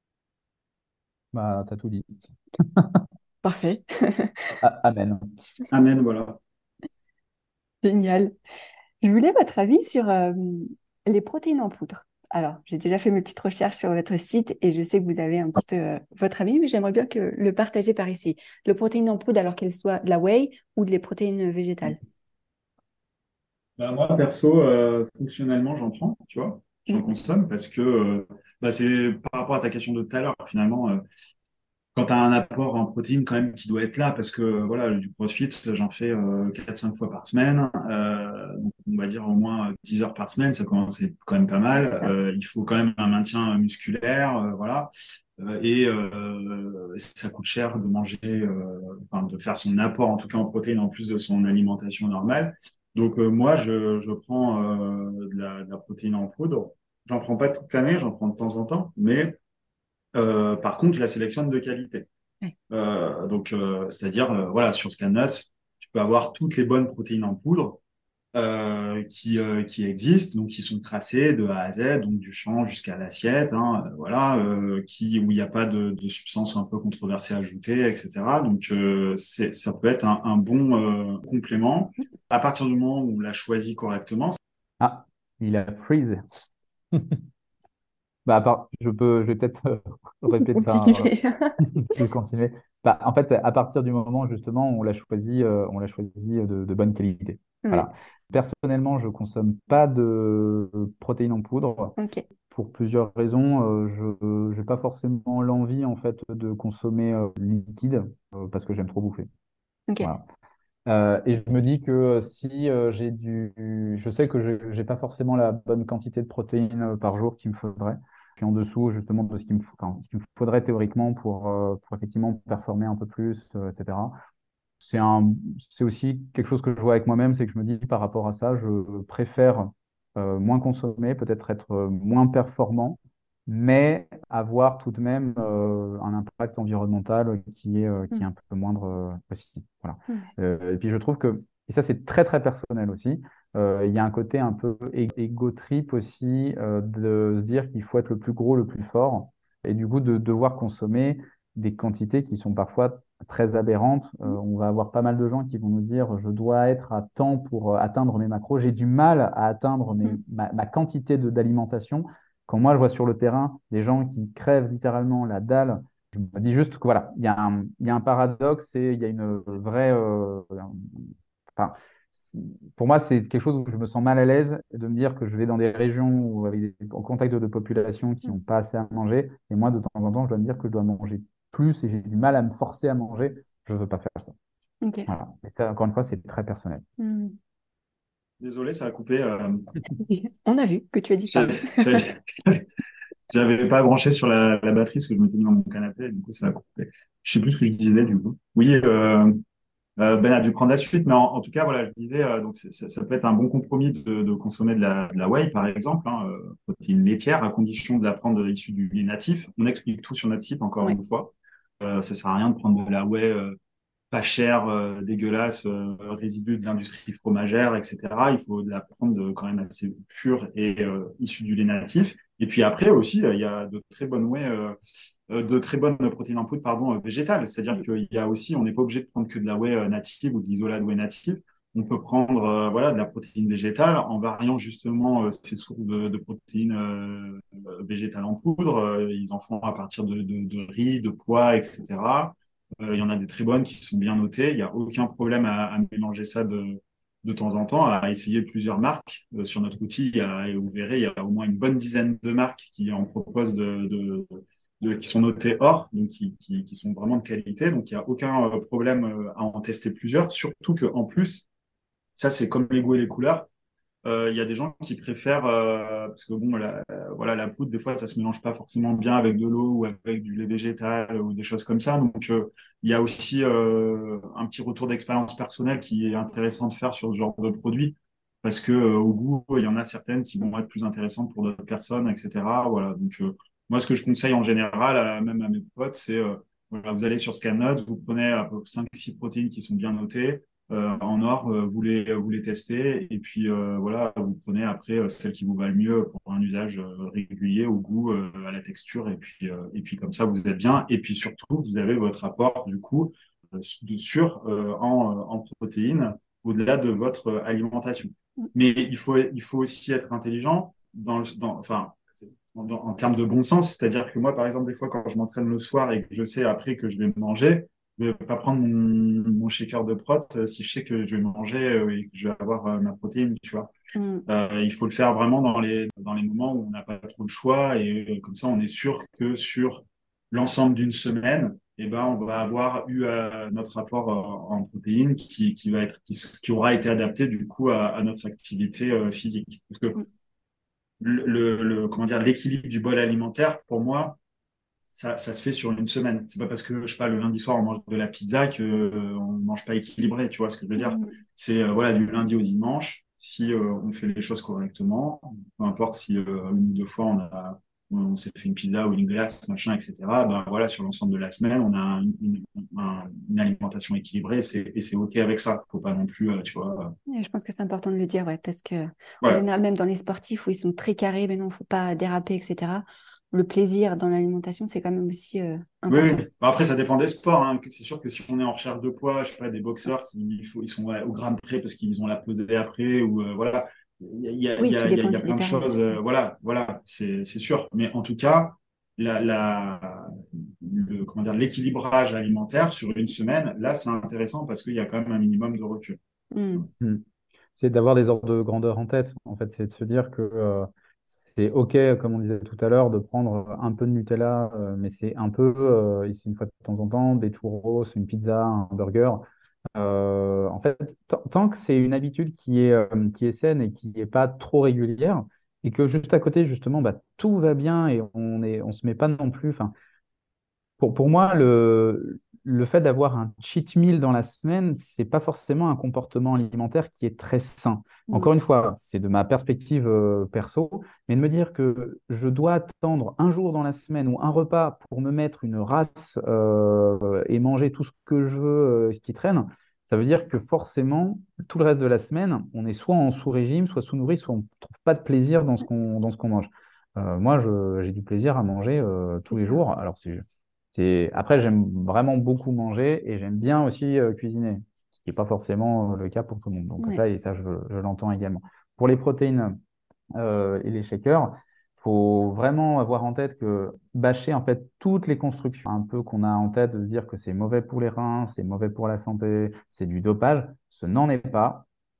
Bah, t'as tout dit. Parfait. Ah, amen. Amen, voilà. Génial. Je voulais votre avis sur euh, les protéines en poudre. Alors, j'ai déjà fait mes petites recherches sur votre site et je sais que vous avez un petit peu euh, votre avis, mais j'aimerais bien que le partager par ici. Le protéine en poudre, alors qu'elle soit de la whey ou des protéines végétales. Bah, moi, perso, euh, fonctionnellement, j'en prends, tu vois, j'en Mm. consomme parce que euh, bah, c'est par rapport à ta question de tout à l'heure, finalement, euh, quand tu as un apport en protéines quand même qui doit être là, parce que voilà, du CrossFit, j'en fais euh, quatre cinq fois par semaine, euh, donc on va dire au moins dix heures par semaine, ça commence, c'est quand même pas Ouais, mal. c'est ça. Euh, il faut quand même un maintien musculaire, euh, voilà. Euh, et euh, ça coûte cher de manger, euh, enfin de faire son apport en tout cas en protéines en plus de son alimentation normale. Donc euh, moi, je, je prends euh, de la, de la protéine en poudre. J'en prends pas toute l'année, j'en prends de temps en temps, mais euh, par contre, je la sélectionne de qualité. Ouais. Euh, donc, euh, c'est-à-dire, euh, voilà, sur Scannuts, tu peux avoir toutes les bonnes protéines en poudre euh, qui, euh, qui existent, donc qui sont tracées de A à Z, donc du champ jusqu'à l'assiette, hein, euh, voilà, euh, qui, où il n'y a pas de, de substances un peu controversées ajoutées, et cetera. Donc, euh, c'est, ça peut être un, un bon euh, complément à partir du moment où on l'a choisi correctement. Ah, il a freeze. Bah, à part, je peux, je vais peut-être euh, répéter, enfin, Continuez. je vais continuer. Bah, en fait, à partir du moment justement où on l'a choisi, euh, on l'a choisi de, de bonne qualité. Ouais. Voilà. Personnellement, je consomme pas de protéines en poudre Ok. pour plusieurs raisons. Euh, je n'ai pas forcément l'envie en fait de consommer euh, liquide euh, parce que j'aime trop bouffer. Ok. Voilà. Euh, et je me dis que euh, si euh, j'ai du, je sais que je n'ai pas forcément la bonne quantité de protéines euh, par jour qu'il me faudrait. Je suis en dessous justement de ce qu'il me, faut- enfin, ce qu'il me faudrait théoriquement pour, euh, pour effectivement performer un peu plus, euh, et cetera. C'est un, c'est aussi quelque chose que je vois avec moi-même, c'est que je me dis par rapport à ça, je préfère euh, moins consommer, peut-être être euh, moins performant, mais avoir tout de même euh, un impact environnemental qui est, euh, qui est Mm. un peu moindre euh, aussi. Voilà. Ouais. Euh, et puis je trouve que, et ça c'est très très personnel aussi, euh, il y a un côté un peu é- égo trip aussi euh, de se dire qu'il faut être le plus gros, le plus fort, et du coup de devoir consommer des quantités qui sont parfois très aberrantes. Euh, on va avoir pas mal de gens qui vont nous dire je dois être à temps pour euh, atteindre mes macros. J'ai du mal à atteindre mes, Mm. ma, ma quantité de- d'alimentation. Quand moi je vois sur le terrain des gens qui crèvent littéralement la dalle, je me dis juste que voilà, il y a un, il y a un paradoxe et il y a une vraie. Euh, enfin, pour moi, c'est quelque chose où je me sens mal à l'aise de me dire que je vais dans des régions où, avec des, en contact de, de populations qui n'ont pas assez à manger. Et moi, de temps en temps, je dois me dire que je dois manger plus et j'ai du mal à me forcer à manger. Je ne veux pas faire ça. Ok. Voilà. Et ça, encore une fois, c'est très personnel. Hmm. Désolé, ça a coupé. euh, On a vu que tu as disparu. j'avais j'avais- j'avais pas branché sur la, la batterie parce que je m'étais mis dans mon canapé et du coup, ça a coupé. Je sais plus ce que je disais du coup. Oui, euh, euh, Ben a dû prendre la suite, mais en, en tout cas, voilà, je disais, euh, donc c'est- ça, ça peut être un bon compromis de, de consommer de la, de la whey, par exemple, hein, euh, protéine laitière, à condition de la prendre issue du lait natif. On explique tout sur notre site, encore Ouais. une fois. Euh, ça sert à rien de prendre de la whey euh, pas chère, euh, dégueulasse, euh, résidu de l'industrie fromagère, et cetera. Il faut de la prendre de, quand même assez pure et euh, issue du lait natif. Et puis après aussi, euh, il y a de très bonnes whey, euh, euh, de très bonnes protéines en poudre, pardon, euh, végétales. C'est-à-dire Hmm. qu'il y a aussi, on n'est pas obligé de prendre que de la whey euh, native ou de l'isolat de whey native. On peut prendre euh, voilà, de la protéine végétale en variant justement euh, ces sources de, de protéines euh, végétales en poudre. Euh, ils en font à partir de, de, de riz, de pois, et cetera. Euh, il y en a des très bonnes qui sont bien notées. Il n'y a aucun problème à, à mélanger ça de, de temps en temps, à essayer plusieurs marques. Euh, sur notre outil, il y a, et vous verrez, il y a au moins une bonne dizaine de marques qui en proposent de, de, de- qui sont notées or, donc qui, qui, qui sont vraiment de qualité. Donc, il n'y a aucun euh, problème euh, à en tester plusieurs. Surtout qu'en plus, ça, c'est comme les goûts et les couleurs. Euh, Il y a des gens qui préfèrent, euh, parce que bon, la, voilà, la poudre, des fois, ça se mélange pas forcément bien avec de l'eau ou avec du lait végétal ou des choses comme ça. Donc, euh, il y a aussi euh, un petit retour d'expérience personnelle qui est intéressant de faire sur ce genre de produit, parce que euh, au goût, il y en a certaines qui vont être plus intéressantes pour d'autres personnes, et cetera. Voilà. Donc, euh, moi, ce que je conseille en général, à- même à mes potes, c'est euh, voilà, vous allez sur ScanNotes, vous prenez à peu cinq six protéines qui sont bien notées euh, en or, euh, vous les, vous les testez et puis euh, voilà, vous prenez après euh, celle qui vous va le mieux pour un usage euh, régulier au goût, euh, à la texture et puis, euh, et puis comme ça vous êtes bien et puis surtout vous avez votre apport du coup euh, de sûr euh, en, euh, en protéines au-delà de votre alimentation. Mais il faut, il faut aussi être intelligent dans, le, dans enfin, en, en termes de bon sens, c'est-à-dire que moi par exemple des fois quand je m'entraîne le soir et que je sais après que je vais manger, je vais pas prendre mon, mon shaker de prot euh, si je sais que je vais manger euh, et que je vais avoir euh, ma protéine, tu vois. Hmm. Euh, il faut le faire vraiment dans les, dans les moments où on n'a pas trop le choix et euh, comme ça, on est sûr que sur l'ensemble d'une semaine, eh ben, on va avoir eu euh, notre apport euh, en protéines qui, qui va être, qui, qui aura été adapté du coup à, à notre activité euh, physique. Parce que Hmm. le, le, le- comment dire, l'équilibre du bol alimentaire, pour moi, ça, ça se fait sur une semaine. C'est pas parce que, je sais pas, le lundi soir, on mange de la pizza que euh, on mange pas équilibré, tu vois ce que je veux dire? Hmm. C'est euh, voilà, du lundi au dimanche, si euh, on fait les choses correctement, peu importe si euh, une ou deux fois on a on s'est fait une pizza ou une glace, machin, et cetera. Ben voilà, sur l'ensemble de la semaine, on a un- une, un- une alimentation équilibrée et c'est et c'est OK avec ça. Faut pas non plus, euh, tu vois. Et je pense que c'est important de le dire, ouais, parce que euh, en ouais, général, même dans les sportifs où ils sont très carrés, mais non, faut pas déraper, et cetera. Le plaisir dans l'alimentation, c'est quand même aussi euh, oui, oui. important. Bah, après, ça dépend des sports, hein. C'est sûr que si on est en recherche de poids, je sais pas, des boxeurs qui il faut- ils sont ouais, au gramme près parce qu'ils ont la pesée après, ou euh, voilà, il y a, il y a, il Oui, y tout a, il y a dépend il y a aussi des plein de périodes. choses. euh, Ouais. voilà, voilà, c'est c'est sûr. Mais en tout cas, la, la, le, comment dire, l'équilibrage alimentaire sur une semaine, là, c'est intéressant parce qu'il y a quand même un minimum de recul. Hmm. Hmm. C'est d'avoir des ordres de grandeur en tête. En fait, c'est de se dire que euh, c'est OK, comme on disait tout à l'heure, de prendre un peu de Nutella, euh, mais c'est un peu, euh, ici une fois de temps en temps, des churros, une pizza, un burger. Euh, en fait, tant tant que c'est une habitude qui est, euh, qui est saine et qui n'est pas trop régulière, et que juste à côté, justement, bah, tout va bien et on est, on se met pas non plus. Enfin, pour, pour moi, le, le fait d'avoir un cheat meal dans la semaine, c'est pas forcément un comportement alimentaire qui est très sain. Hmm. Encore une fois, c'est de ma perspective euh, perso, mais de me dire que je dois attendre un jour dans la semaine ou un repas pour me mettre une race euh, et manger tout ce que je veux, euh, ce qui traîne, ça veut dire que forcément, tout le reste de la semaine, on est soit en sous-régime, soit sous-nourri, soit on ne trouve pas de plaisir dans ce qu'on dans ce qu'on mange. Euh, moi, je- j'ai du plaisir à manger euh, C'est tous les ça. jours. Alors, c'est c'est... Après, j'aime vraiment beaucoup manger et j'aime bien aussi euh, cuisiner, ce qui n'est pas forcément euh, le cas pour tout le monde. Donc Ouais. ça, et ça, je, je l'entends également. Pour les protéines euh, et les shakers, faut vraiment avoir en tête que bâcher en fait toutes les constructions un peu qu'on a en tête de se dire que c'est mauvais pour les reins, c'est mauvais pour la santé, c'est du dopage, ce n'en est pas.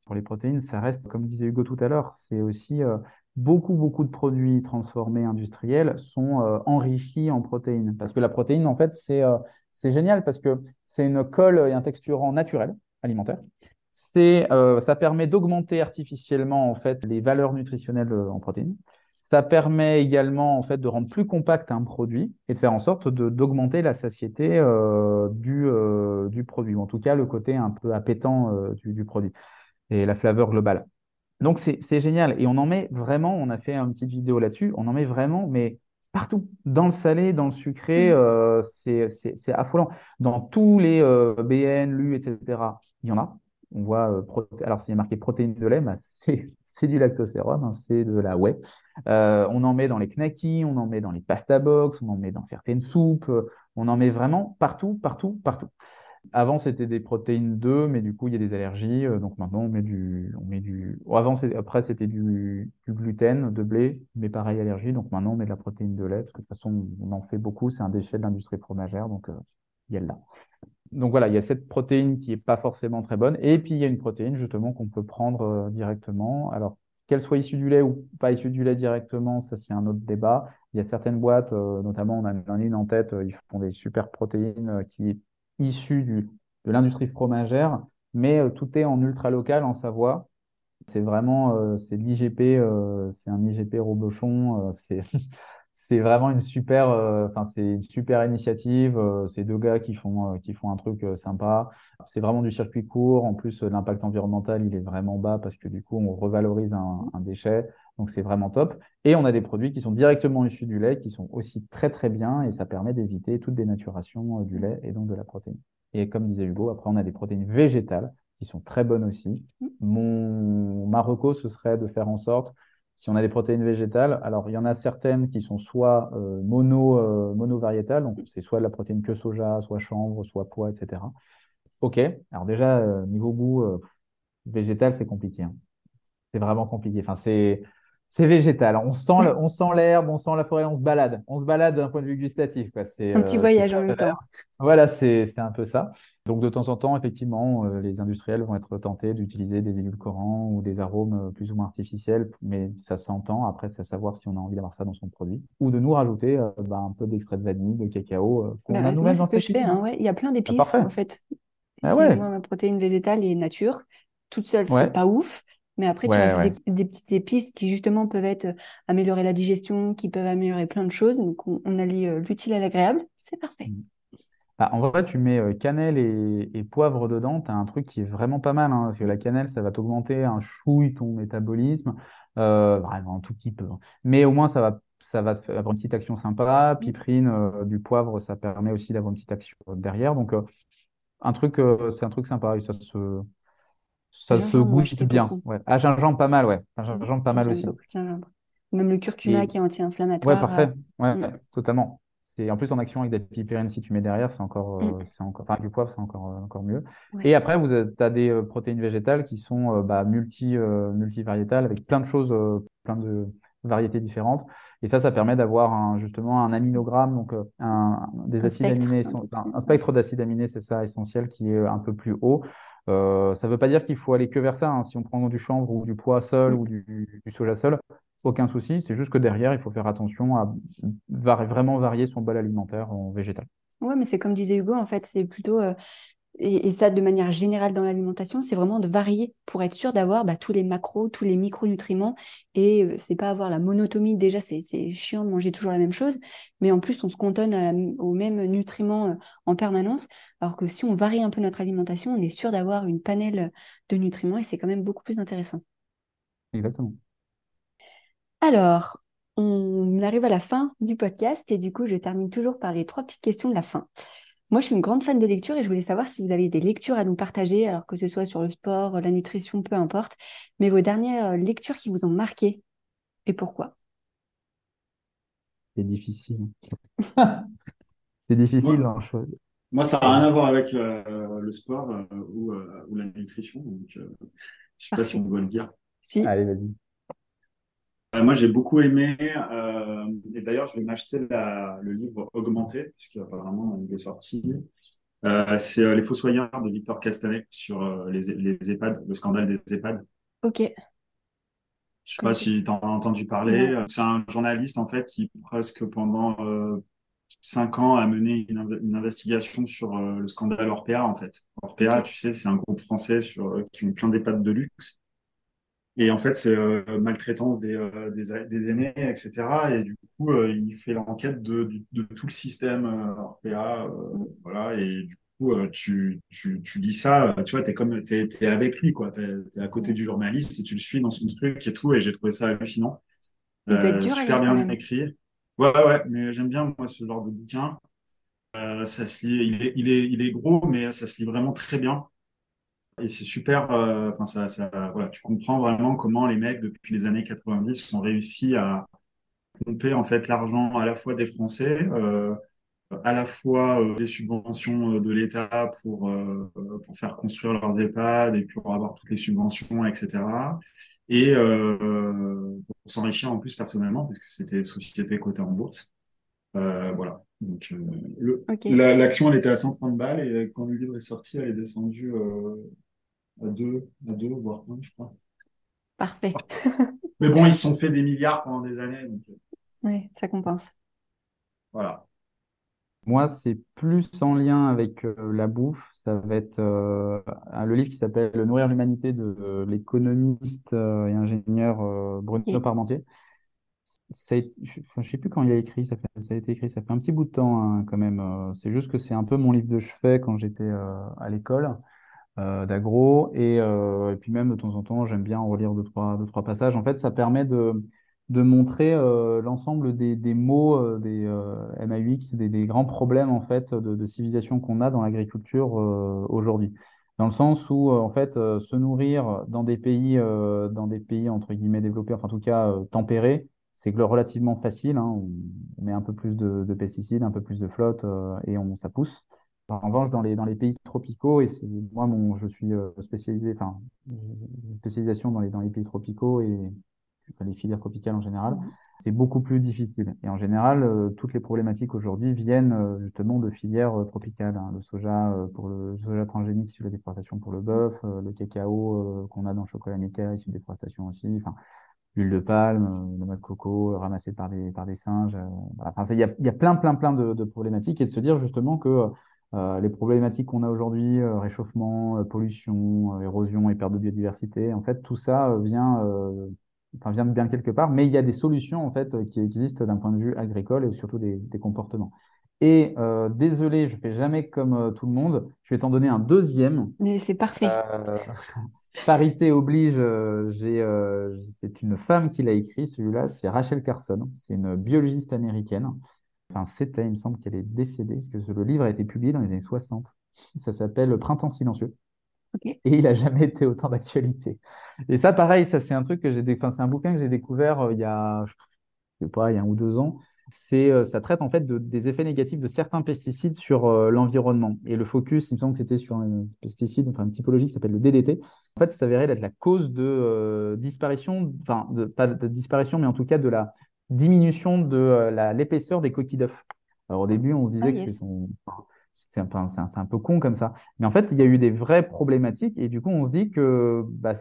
pour les protéines, ça reste, comme disait Hugo tout à l'heure, c'est aussi euh, beaucoup, beaucoup de produits transformés industriels sont euh, enrichis en protéines. Parce que la protéine, en fait, c'est euh, c'est génial parce que c'est une colle et un texturant naturel alimentaire. C'est, euh, ça permet d'augmenter artificiellement en fait les valeurs nutritionnelles euh, en protéines. Ça permet également en fait de rendre plus compact un produit et de faire en sorte de d'augmenter la satiété euh, du, euh, du produit, ou en tout cas le côté un peu appétant euh, du, du produit et la flaveur globale. Donc c'est c'est génial et on en met vraiment, on a fait une petite vidéo là-dessus, on en met vraiment, mais partout, dans le salé, dans le sucré, Mm. euh, c'est c'est- c'est affolant. Dans tous les euh, B N, L U, et cetera, il y en a. On voit, euh, proté- alors s'il y a marqué protéines de lait, bah, c'est c'est du lactosérum, hein, c'est de la whey. Euh, on en met dans les knackis, on en met dans les pasta box, on en met dans certaines soupes, euh, on en met vraiment partout, partout, partout. Avant, c'était des protéines d'œufs, mais du coup, il y a des allergies. euh, donc maintenant, on met du, on met du. Bon, avant, c'est- après, c'était du, du gluten, de blé, mais pareil, allergie. Donc maintenant, on met de la protéine de lait, parce que de toute façon, on en fait beaucoup. C'est un déchet de l'industrie fromagère, donc euh, il y a là. Donc voilà, il y a cette protéine qui est pas forcément très bonne. Et puis, il y a une protéine, justement, qu'on peut prendre euh, directement. Alors, qu'elle soit issue du lait ou pas issue du lait directement, ça, c'est un autre débat. Il y a certaines boîtes, euh, notamment, on en a une en tête, euh, ils font des super protéines euh, qui est issue du, de l'industrie fromagère, mais euh, tout est en ultra local en Savoie. C'est vraiment, euh, c'est de l'I G P, euh, c'est un I G P Robochon, euh, c'est c'est vraiment une super, euh, enfin c'est une super initiative. Euh, c'est deux gars qui font euh, qui font un truc euh, sympa. C'est vraiment du circuit court. En plus, euh, l'impact environnemental il est vraiment bas parce que du coup on revalorise un, un déchet, donc c'est vraiment top. Et on a des produits qui sont directement issus du lait, qui sont aussi très très bien et ça permet d'éviter toute dénaturation euh, du lait et donc de la protéine. Et comme disait Hugo, après on a des protéines végétales qui sont très bonnes aussi. Mon Marocco, ce serait de faire en sorte, si on a des protéines végétales, alors il y en a certaines qui sont soit euh, mono, euh, monovariétales, donc c'est soit de la protéine que soja, soit chanvre, soit pois, et cetera. Ok, alors déjà, euh, niveau goût, euh, végétal, c'est compliqué, hein. C'est vraiment compliqué. Enfin, c'est c'est végétal. On sent le- on sent l'herbe, on sent la forêt, on se balade. On se balade d'un point de vue gustatif, quoi. C'est Un petit euh, c'est voyage en proche de même l'herbe. temps. Voilà, c'est c'est un peu ça. Donc de temps en temps, effectivement, euh, les industriels vont être tentés d'utiliser des édulcorants ou des arômes euh, plus ou moins artificiels, mais ça s'entend. Après, c'est à savoir si on a envie d'avoir ça dans son produit ou de nous rajouter euh, bah, un peu d'extrait de vanille, de cacao euh, qu'on a Ben, moi, nous-mêmes c'est dans ce que sa je fais, cuisine, hein, hein. ouais. Il y a plein Ah, d'épices, parfait. en fait. Ah Et ouais, moi, ma protéine végétale est nature. Toute seule, c'est ouais, pas ouf. Mais après, tu ouais, rajoutes ouais. des, des petites épices qui, justement, peuvent être euh, améliorer la digestion, qui peuvent améliorer plein de choses. Donc, on, on allie euh, l'utile à l'agréable. C'est parfait. Ah, en vrai, tu mets euh, cannelle et, et poivre dedans, tu as un truc qui est vraiment pas mal, hein, parce que la cannelle, ça va t'augmenter un chouille ton métabolisme, euh, vraiment un tout petit peu, hein. Mais au moins, ça va, ça va te faire avoir une petite action sympa. Piperine, euh, du poivre, ça permet aussi d'avoir une petite action derrière. Donc, euh, un truc, euh, c'est un truc sympa et ça se, ça se Gingembre, moi, je goûte fais bien. beaucoup. Ouais. Ah, gingembre, pas mal, ouais. Ah, Mm. gingembre, pas mal J'aime aussi. beaucoup le gingembre. Même le curcuma Et, qui est Ouais, anti-inflammatoire. euh, parfait. Ouais, mm, totalement. C'est en plus en action avec des pipérines, si tu mets derrière, c'est mm. encore, euh, c'est encore, enfin, du poivre, c'est encore, euh, encore mieux. Ouais. Et après, vous as des euh, protéines végétales qui sont euh, bah, multi, euh, multivariétales avec plein de choses, euh, plein de variétés différentes. Et ça, ça permet d'avoir un, justement un aminogramme, donc euh, un, des Un acides spectre aminés, un peu essen- enfin, plus. un Ouais. spectre d'acides aminés, c'est ça, essentiel, qui est un peu plus haut. Euh, ça ne veut pas dire qu'il faut aller que vers ça, hein. Si on prend du chanvre ou du pois seul Mm. ou du, du soja seul, aucun souci. C'est juste que derrière, il faut faire attention à vari- vraiment varier son bol alimentaire en végétal. Ouais, mais c'est comme disait Hugo, en fait, c'est plutôt euh, Et, et ça, de manière générale dans l'alimentation, c'est vraiment de varier pour être sûr d'avoir bah, tous les macros, tous les micronutriments. Et euh, c'est pas avoir la monotomie. Déjà, c'est c'est chiant de manger toujours la même chose. Mais en plus, on se cantonne à la- aux mêmes nutriments euh, en permanence. Alors que si on varie un peu notre alimentation, on est sûr d'avoir une panelle de nutriments et c'est quand même beaucoup plus intéressant. Exactement. Alors, on arrive à la fin du podcast et du coup, je termine toujours par les trois petites questions de la fin. Moi, je suis une grande fan de lecture et je voulais savoir si vous avez des lectures à nous partager, alors que ce soit sur le sport, la nutrition, peu importe, mais vos dernières euh, lectures qui vous ont marqué et pourquoi. C'est difficile. C'est difficile Moi, d'en choisir. moi, ça n'a rien Vas-y. à voir avec euh, le sport euh, ou, euh, ou la nutrition. Donc, euh, je sais pas si on Parfait. doit le dire. Si. Allez, vas-y. Euh, moi, j'ai beaucoup aimé, euh, et d'ailleurs, je vais m'acheter la- le livre Augmenté, puisqu'apparemment, il est sorti. Euh, c'est euh, Les Fossoyeurs de Victor Castanet sur euh, les, les EHPAD, le scandale des EHPAD. Ok, Je je sais pas connaissais pas. si tu en as entendu Non. parler. C'est un journaliste en fait qui presque pendant euh, cinq ans a mené une, inv- une investigation sur euh, le scandale Orpea en fait. Ok. Orpea, tu sais, c'est un groupe français sur, euh, qui ont plein d'EHPAD de luxe. Et en fait, c'est euh, maltraitance des, euh, des, a- des aînés, et cetera. Et du coup, euh, il fait l'enquête de, de, de tout le système euh, Orpea. Euh, Mm. voilà. Et du coup, euh, tu, tu, tu lis ça, euh, tu vois, t'es comme, t'es, t'es avec lui, quoi. T'es, t'es à côté Ouais. du journaliste et tu le suis dans son truc et tout. Et j'ai trouvé ça hallucinant. Il peut être Euh, dur à super lire quand bien même. écrit. Ouais, ouais, ouais, mais j'aime bien, moi, ce genre de bouquin. Euh, ça se lit, il est, il est, il est gros, mais ça se lit vraiment très bien. Et c'est super, euh, enfin, ça, ça, voilà, tu comprends vraiment comment les mecs, depuis les années quatre-vingt-dix, ont réussi à pomper, en fait, l'argent à la fois des Français, euh, à la fois euh, des subventions euh, de l'État pour, euh, pour faire construire leurs EHPAD et pour avoir toutes les subventions, et cetera. Et euh, pour s'enrichir en plus personnellement, parce que c'était une société cotée en bourse. Euh, voilà. Donc, euh, le, Ok, la- l'action, elle était à cent trente balles et quand le livre est sorti, elle est descendue euh, à deux, à deux, voire un, je crois. parfait. Mais bon, ils se sont fait des milliards pendant des années. Donc, euh, Ouais, ça compense. voilà. Moi, c'est plus en lien avec euh, la bouffe. Ça va être euh, un- le livre qui s'appelle Nourrir l'humanité de euh, l'économiste euh, et ingénieur euh, Bruno Ok. Parmentier. Ça a été- je ne sais plus quand il a écrit, ça fait, ça a été écrit, ça fait un petit bout de temps hein, quand même. Euh, C'est juste que c'est un peu mon livre de chevet quand j'étais euh, à l'école euh, d'agro. Et, euh, et puis même de temps en temps, j'aime bien relire deux, trois, deux, trois passages. En fait, ça permet de, de montrer euh, l'ensemble des, des mots, euh, des euh, M A U X, des, des grands problèmes en fait de, de civilisation qu'on a dans l'agriculture euh, aujourd'hui. Dans le sens où, euh, en fait, euh, se nourrir dans des pays, euh, dans des pays entre guillemets développés, enfin en tout cas euh, tempérés, c'est gl- relativement facile. Hein. On, on met un peu plus de, de pesticides, un peu plus de flotte euh, et on, ça pousse. En revanche, dans les, dans les pays tropicaux, et c'est, moi, mon, je suis euh, spécialisé, enfin, j'ai une spécialisation dans les, dans les pays tropicaux et enfin, les filières tropicales en général, Mhm. c'est beaucoup plus difficile. Et en général, euh, toutes les problématiques aujourd'hui viennent euh, justement de filières euh, tropicales. Hein. Le soja euh, pour le soja transgénique issu de la déforestation pour le bœuf, euh, le cacao euh, qu'on a dans le chocolat Milka issu de déforestation aussi, enfin, l'huile de palme, euh, le noix de coco euh, ramassée par des, par des singes. euh, voilà. Enfin, c'est- il y a, il y a plein, plein, plein de, de problématiques et de se dire justement que euh, les problématiques qu'on a aujourd'hui, euh, réchauffement, euh, pollution, euh, érosion et perte de biodiversité, en fait, tout ça euh, vient, euh, enfin, vient de bien quelque part, mais il y a des solutions en fait euh, qui existent d'un point de vue agricole et surtout des, des comportements. Et euh, désolé, je fais jamais comme euh, tout le monde. Je vais t'en donner un deuxième. Mais c'est parfait. Euh, Parité oblige, euh, j'ai, euh, c'est une femme qui l'a écrit, celui-là, c'est Rachel Carson. C'est une biologiste américaine. Enfin, c'était, il me semble qu'elle est décédée, parce que le livre a été publié dans les années soixante. Ça s'appelle Printemps silencieux. Ok. Et il n'a jamais été autant d'actualité. Et ça, pareil, ça c'est un truc que j'ai, dé- enfin, c'est un bouquin que j'ai découvert euh, il y a, je sais pas, il y a un ou deux ans. C'est, euh, ça traite en fait de- des effets négatifs de certains pesticides sur euh, l'environnement. Et le focus, il me semble que c'était sur un pesticide, enfin une typologie qui s'appelle le D D T. En fait, ça s'avérait être la cause de euh, disparition, enfin de, pas de disparition, mais en tout cas de la diminution de euh, la- l'épaisseur des coquilles d'œufs. Alors au début, on se Ah disait que c'est yes. son- enfin, c'est un, peu- c'est un, c'est un peu con comme ça. Mais en fait, il y a eu des vraies problématiques et du coup, on se dit que bah,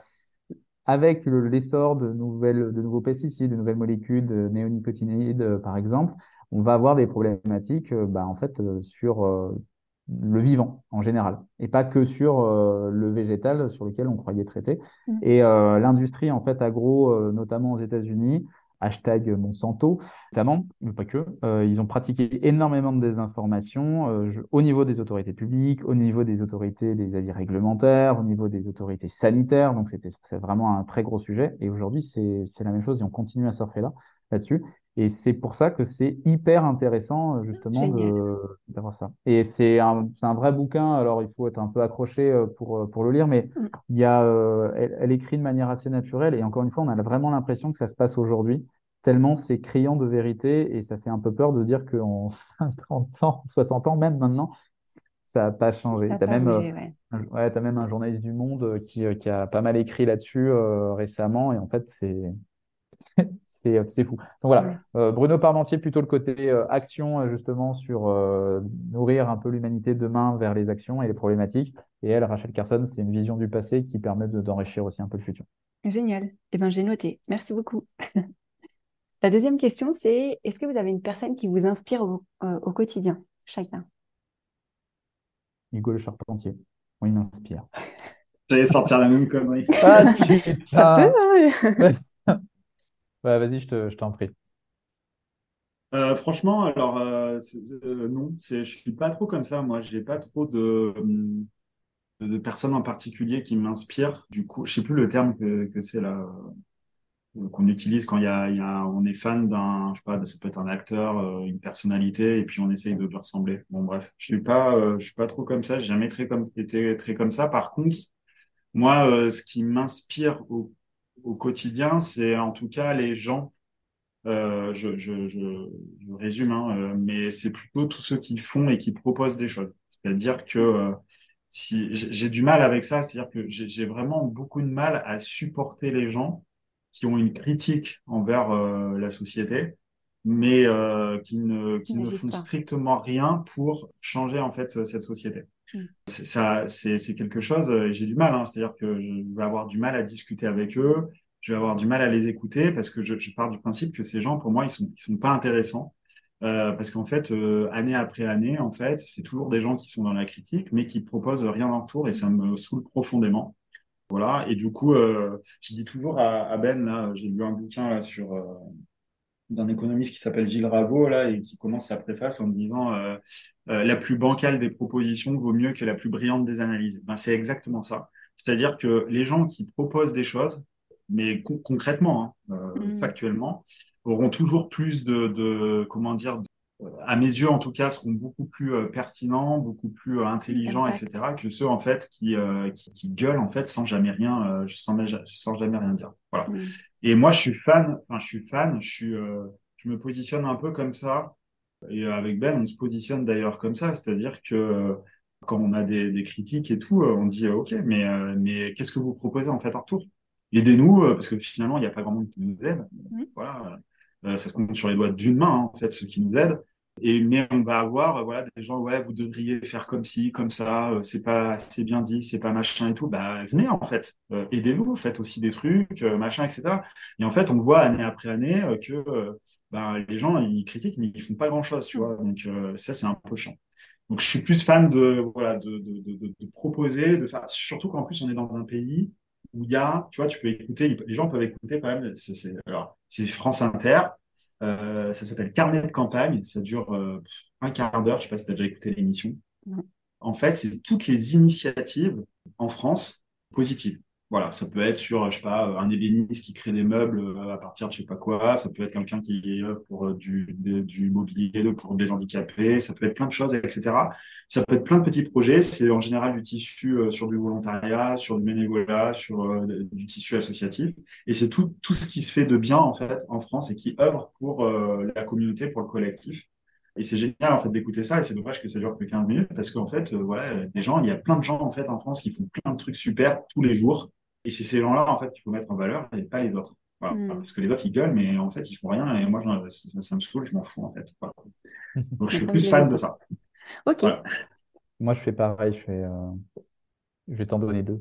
avec le- l'essor de nouvelles, de nouveaux pesticides, de nouvelles molécules, de néonicotinoïdes, euh, par exemple, on va avoir des problématiques euh, bah, en fait, euh, sur euh, le vivant en général, et pas que sur euh, le végétal sur lequel on croyait traiter. Mm. Et euh, l'industrie en fait agro, euh, notamment aux États-Unis, hashtag Monsanto, notamment, mais pas que, euh, ils ont pratiqué énormément de désinformation euh, je- au niveau des autorités publiques, au niveau des autorités des avis réglementaires, au niveau des autorités sanitaires. Donc, c'était, c'est vraiment un très gros sujet. Et aujourd'hui, c'est, c'est la même chose et on continue à surfer là, là-dessus. Et c'est pour ça que c'est hyper intéressant, euh, justement, Génial. de, d'avoir ça. Et c'est un, c'est un vrai bouquin. Alors, il faut être un peu accroché euh, pour, euh, pour le lire, mais Mm. il y a, euh, elle, elle écrit de manière assez naturelle. Et encore une fois, on a vraiment l'impression que ça se passe aujourd'hui tellement c'est criant de vérité et ça fait un peu peur de dire qu'en cinquante ans, soixante ans, même maintenant, ça n'a pas Ça changé. n'a Tu as pas même, euh, bougé, ouais. un, ouais, t'as même un journaliste du Monde euh, qui, euh, qui a pas mal écrit là-dessus euh, récemment et en fait, c'est C'est, c'est fou. Donc voilà, Ouais. euh, Bruno Parmentier, plutôt le côté euh, action, euh, justement, sur euh, nourrir un peu l'humanité demain vers les actions et les problématiques. Et elle, Rachel Carson, c'est une vision du passé qui permet de- d'enrichir aussi un peu le futur. Génial. Eh ben, j'ai noté. Merci beaucoup. La deuxième question, c'est est-ce que vous avez une personne qui vous inspire au, euh, au quotidien, chacun? Hugo Le Charpentier, oui, il m'inspire. J'allais sortir la même connerie. Ah Ça peut, putain! hein? Ouais, vas-y, je te, je t'en prie. Euh, franchement, alors euh, c'est- euh, non, c'est, je suis pas trop comme ça. Moi, j'ai pas trop de, hum, de, de personnes en particulier qui m'inspirent. Du coup, je sais plus le terme que, que c'est là euh, qu'on utilise quand il y a, il y a, on est fan d'un, je sais pas, ça peut être un acteur, euh, une personnalité, et puis on essaye de lui ressembler. Bon, bref, je suis pas, euh, je suis pas trop comme ça. J'ai jamais très comme, été très comme ça. Par contre, moi, euh, ce qui m'inspire au, au quotidien, c'est en tout cas les gens. Euh, je, je, je, je résume, hein, euh, mais c'est plutôt tous ceux qui font et qui proposent des choses. C'est-à-dire que euh, si j'ai j'ai du mal avec ça, c'est-à-dire que j'ai j'ai vraiment beaucoup de mal à supporter les gens qui ont une critique envers euh, la société, mais euh, qui ne, Ils qui ne n'agissent font pas. strictement rien pour changer en fait cette société. Mm. C'est ça, c'est c'est quelque chose, euh, j'ai du mal, hein, c'est-à-dire que je vais avoir du mal à discuter avec eux, je vais avoir du mal à les écouter parce que je, je pars du principe que ces gens, pour moi, ils sont, ils sont pas intéressants. Euh, parce qu'en fait, euh, année après année, en fait, c'est toujours des gens qui sont dans la critique, mais qui proposent rien en retour et ça me saoule profondément. Voilà. Et du coup, euh, je dis toujours à, à Ben, là, j'ai lu un bouquin là, sur, euh, d'un économiste qui s'appelle Gilles Raveau là et qui commence sa préface en disant euh, euh, la plus bancale des propositions vaut mieux que la plus brillante des analyses. Ben, c'est exactement ça. C'est-à-dire que les gens qui proposent des choses, mais con- concrètement, hein, euh, Mm. factuellement, auront toujours plus de, de comment dire, de- à mes yeux en tout cas, seront beaucoup plus euh, pertinents, beaucoup plus euh, intelligents, D'impact. et cetera, que ceux en fait qui, euh, qui, qui gueulent en fait sans jamais rien, euh, sans, sans jamais rien dire. Voilà. Mm. Et moi, je suis fan, enfin, je suis fan, je suis, euh, je me positionne un peu comme ça. Et avec Ben, on se positionne d'ailleurs comme ça. C'est-à-dire que euh, quand on a des, des critiques et tout, euh, on dit, euh, OK, mais, euh, mais qu'est-ce que vous proposez en fait en retour? Aidez-nous, euh, parce que finalement, il n'y a pas grand monde qui nous aide. Mm. Voilà. Euh, ça se compte sur les doigts d'une main, hein, en fait, ceux qui nous aident. Et, mais on va avoir, euh, voilà, des gens, ouais, vous devriez faire comme ci, comme ça, euh, c'est pas, c'est bien dit, c'est pas machin et tout. Bah, venez, en fait, euh, aidez-nous, faites aussi des trucs, euh, machin, et cetera. Et en fait, on voit année après année euh, que euh, ben, les gens, ils critiquent, mais ils font pas grand-chose, tu Mm. vois. Donc, euh, ça, c'est un peu chiant. Donc, je suis plus fan de, voilà, de, de, de, de- de proposer, de faire, surtout qu'en plus, on est dans un pays où il y a, tu vois, tu peux écouter, les gens peuvent écouter quand même, c'est, c'est, alors, c'est France Inter, euh, ça s'appelle Carnet de campagne, ça dure euh, un quart d'heure, je sais pas si tu as déjà écouté l'émission. Mm. En fait, c'est toutes les initiatives en France positives. Voilà, ça peut être sur, je sais pas, un ébéniste qui crée des meubles euh, à partir de je sais pas quoi, ça peut être quelqu'un qui est euh, pour euh, du, de- du mobilier pour des handicapés, ça peut être plein de choses, et cetera. Ça peut être plein de petits projets, c'est en général du tissu euh, sur du volontariat, sur du bénévolat, sur euh, du tissu associatif, et c'est tout, tout ce qui se fait de bien en fait en France et qui œuvre pour euh, la communauté, pour le collectif. Et c'est génial en fait d'écouter ça et c'est dommage que ça dure que quinze minutes parce qu'en fait, euh, voilà, des gens, il y a plein de gens en fait en France qui font plein de trucs super tous les jours et c'est ces gens-là en fait qu'il faut mettre en valeur et pas les autres. Voilà. Mm. Parce que les autres ils gueulent mais en fait ils font rien et moi j'en- ça, ça me saoule, je m'en fous en fait. Voilà. Donc je On n'a suis pas envie de plus les fan de entendre. ça. Ok. Voilà. Moi, je fais pareil, je fais, euh, je vais t'en donner deux.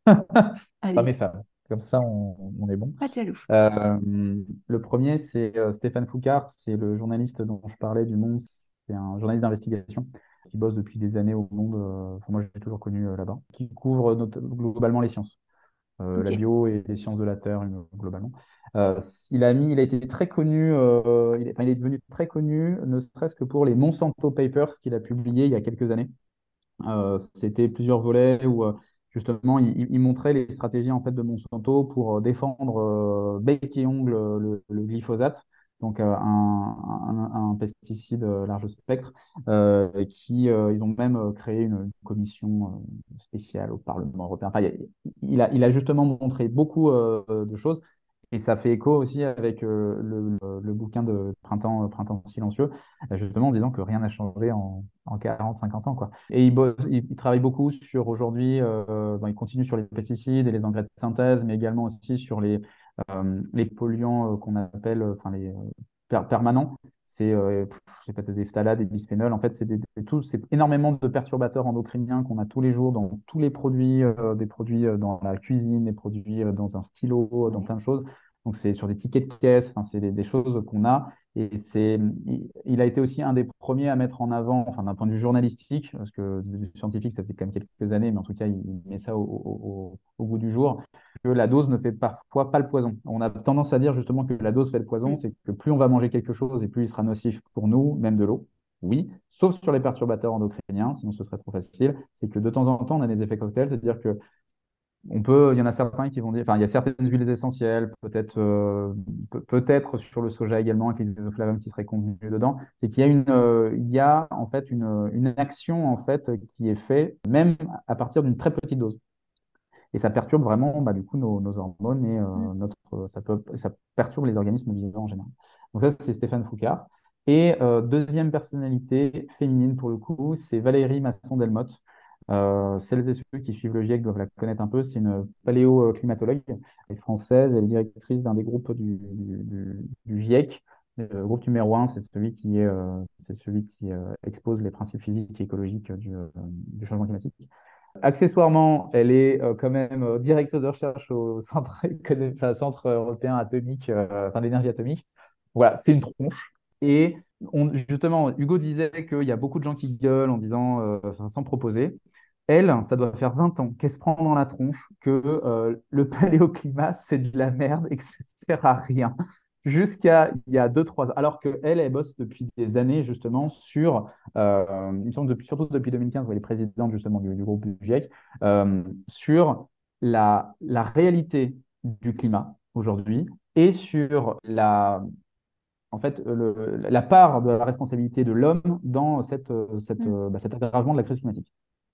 Femmes Allez, et femmes. Comme ça, on, on est bon. pas de jaloux. Euh, le premier, c'est euh, Stéphane Foucard, c'est le journaliste dont je parlais du Monde. C'est un journaliste d'investigation qui bosse depuis des années au Monde. euh, enfin, moi, je l'ai toujours connu euh, là-bas, qui couvre not- globalement les sciences, euh, Ok. la bio et les sciences de la Terre euh, globalement. Euh, il a mis, il a été très connu, euh, il est, enfin, il est devenu très connu, ne serait-ce que pour les Monsanto Papers qu'il a publiés il y a quelques années. Euh, c'était plusieurs volets où euh, justement il, il- il montrait les stratégies en fait de Monsanto pour euh, défendre euh, bec et ongle euh, le, le glyphosate, donc euh, un, un- un pesticide euh, large spectre, euh, et qui euh, ils ont même euh, créé une, une commission euh, spéciale au Parlement européen. Enfin, il, il a, il a justement montré beaucoup euh, de choses. Et ça fait écho aussi avec euh, le, le- le bouquin de Printemps, Printemps silencieux, euh, justement en disant que rien n'a changé en, en quarante cinquante ans, quoi. Et il, bosse- il, il travaille beaucoup sur aujourd'hui, euh, bon, il continue sur les pesticides et les engrais de synthèse, mais également aussi sur les, Euh, les polluants euh, qu'on appelle, euh, enfin les euh, per- permanents, c'est euh, pff, je sais pas, des phtalates, des bisphénols. En fait, c'est des, des- tout, c'est énormément de perturbateurs endocriniens qu'on a tous les jours dans tous les produits, euh, des produits euh, dans la cuisine, des produits euh, dans un stylo, euh, dans Ouais. plein de choses. Donc, c'est sur des tickets de caisse, enfin, c'est des, des choses qu'on a. Et c'est, il, il a été aussi un des premiers à mettre en avant, enfin, d'un point de vue journalistique, parce que du scientifique, ça fait quand même quelques années, mais en tout cas, il, il met ça au, au- au- au goût du jour que la dose ne fait parfois pas le poison. On a tendance à dire justement que la dose fait le poison, Mm. c'est que plus on va manger quelque chose et plus il sera nocif pour nous, même de l'eau. Oui, sauf sur les perturbateurs endocriniens, sinon ce serait trop facile. C'est que de temps en temps, on a des effets cocktails, c'est-à-dire que on peut, il y en a certains qui vont dire, enfin, il y a certaines huiles essentielles, peut-être, euh, pe- peut-être sur le soja également, avec les isoflavones qui seraient contenus dedans. C'est qu'il y a une, euh, il y a en fait une, une action en fait qui est faite même à partir d'une très petite dose. Et ça perturbe vraiment bah, du coup nos, nos hormones et Mm. euh, notre, ça peut, ça perturbe les organismes vivants en général. Donc ça, c'est Stéphane Foucard. Et euh, deuxième personnalité féminine pour le coup, c'est Valérie Masson-Delmotte. Euh, celles et ceux qui suivent le GIEC doivent la connaître un peu. C'est une paléoclimatologue. Elle est française, elle est directrice d'un des groupes du, du, du- du GIEC. Le groupe numéro un, c'est celui qui, est, euh, c'est celui qui euh, expose les principes physiques et écologiques du, euh, du changement climatique. Accessoirement, elle est euh, quand même euh, directrice de recherche au Centre, économique- enfin, Centre européen atomique, euh, enfin, d'énergie atomique. Voilà, c'est une tronche. Et on- justement, Hugo disait qu'il y a beaucoup de gens qui gueulent en disant, euh, enfin, sans proposer. Elle, ça doit faire vingt ans qu'elle se prend dans la tronche que euh, le paléoclimat, c'est de la merde et que ça sert à rien. Jusqu'à il y a deux trois ans. Alors qu'elle, elle elle bosse depuis des années justement sur euh, il me semble depuis, surtout depuis deux mille quinze, où elle est présidente justement du, du groupe du GIEC, euh, sur la, la réalité du climat aujourd'hui et sur la, en fait, le- la part de la responsabilité de l'homme dans cette, cette, Mm. bah, cet aggravement de la crise climatique.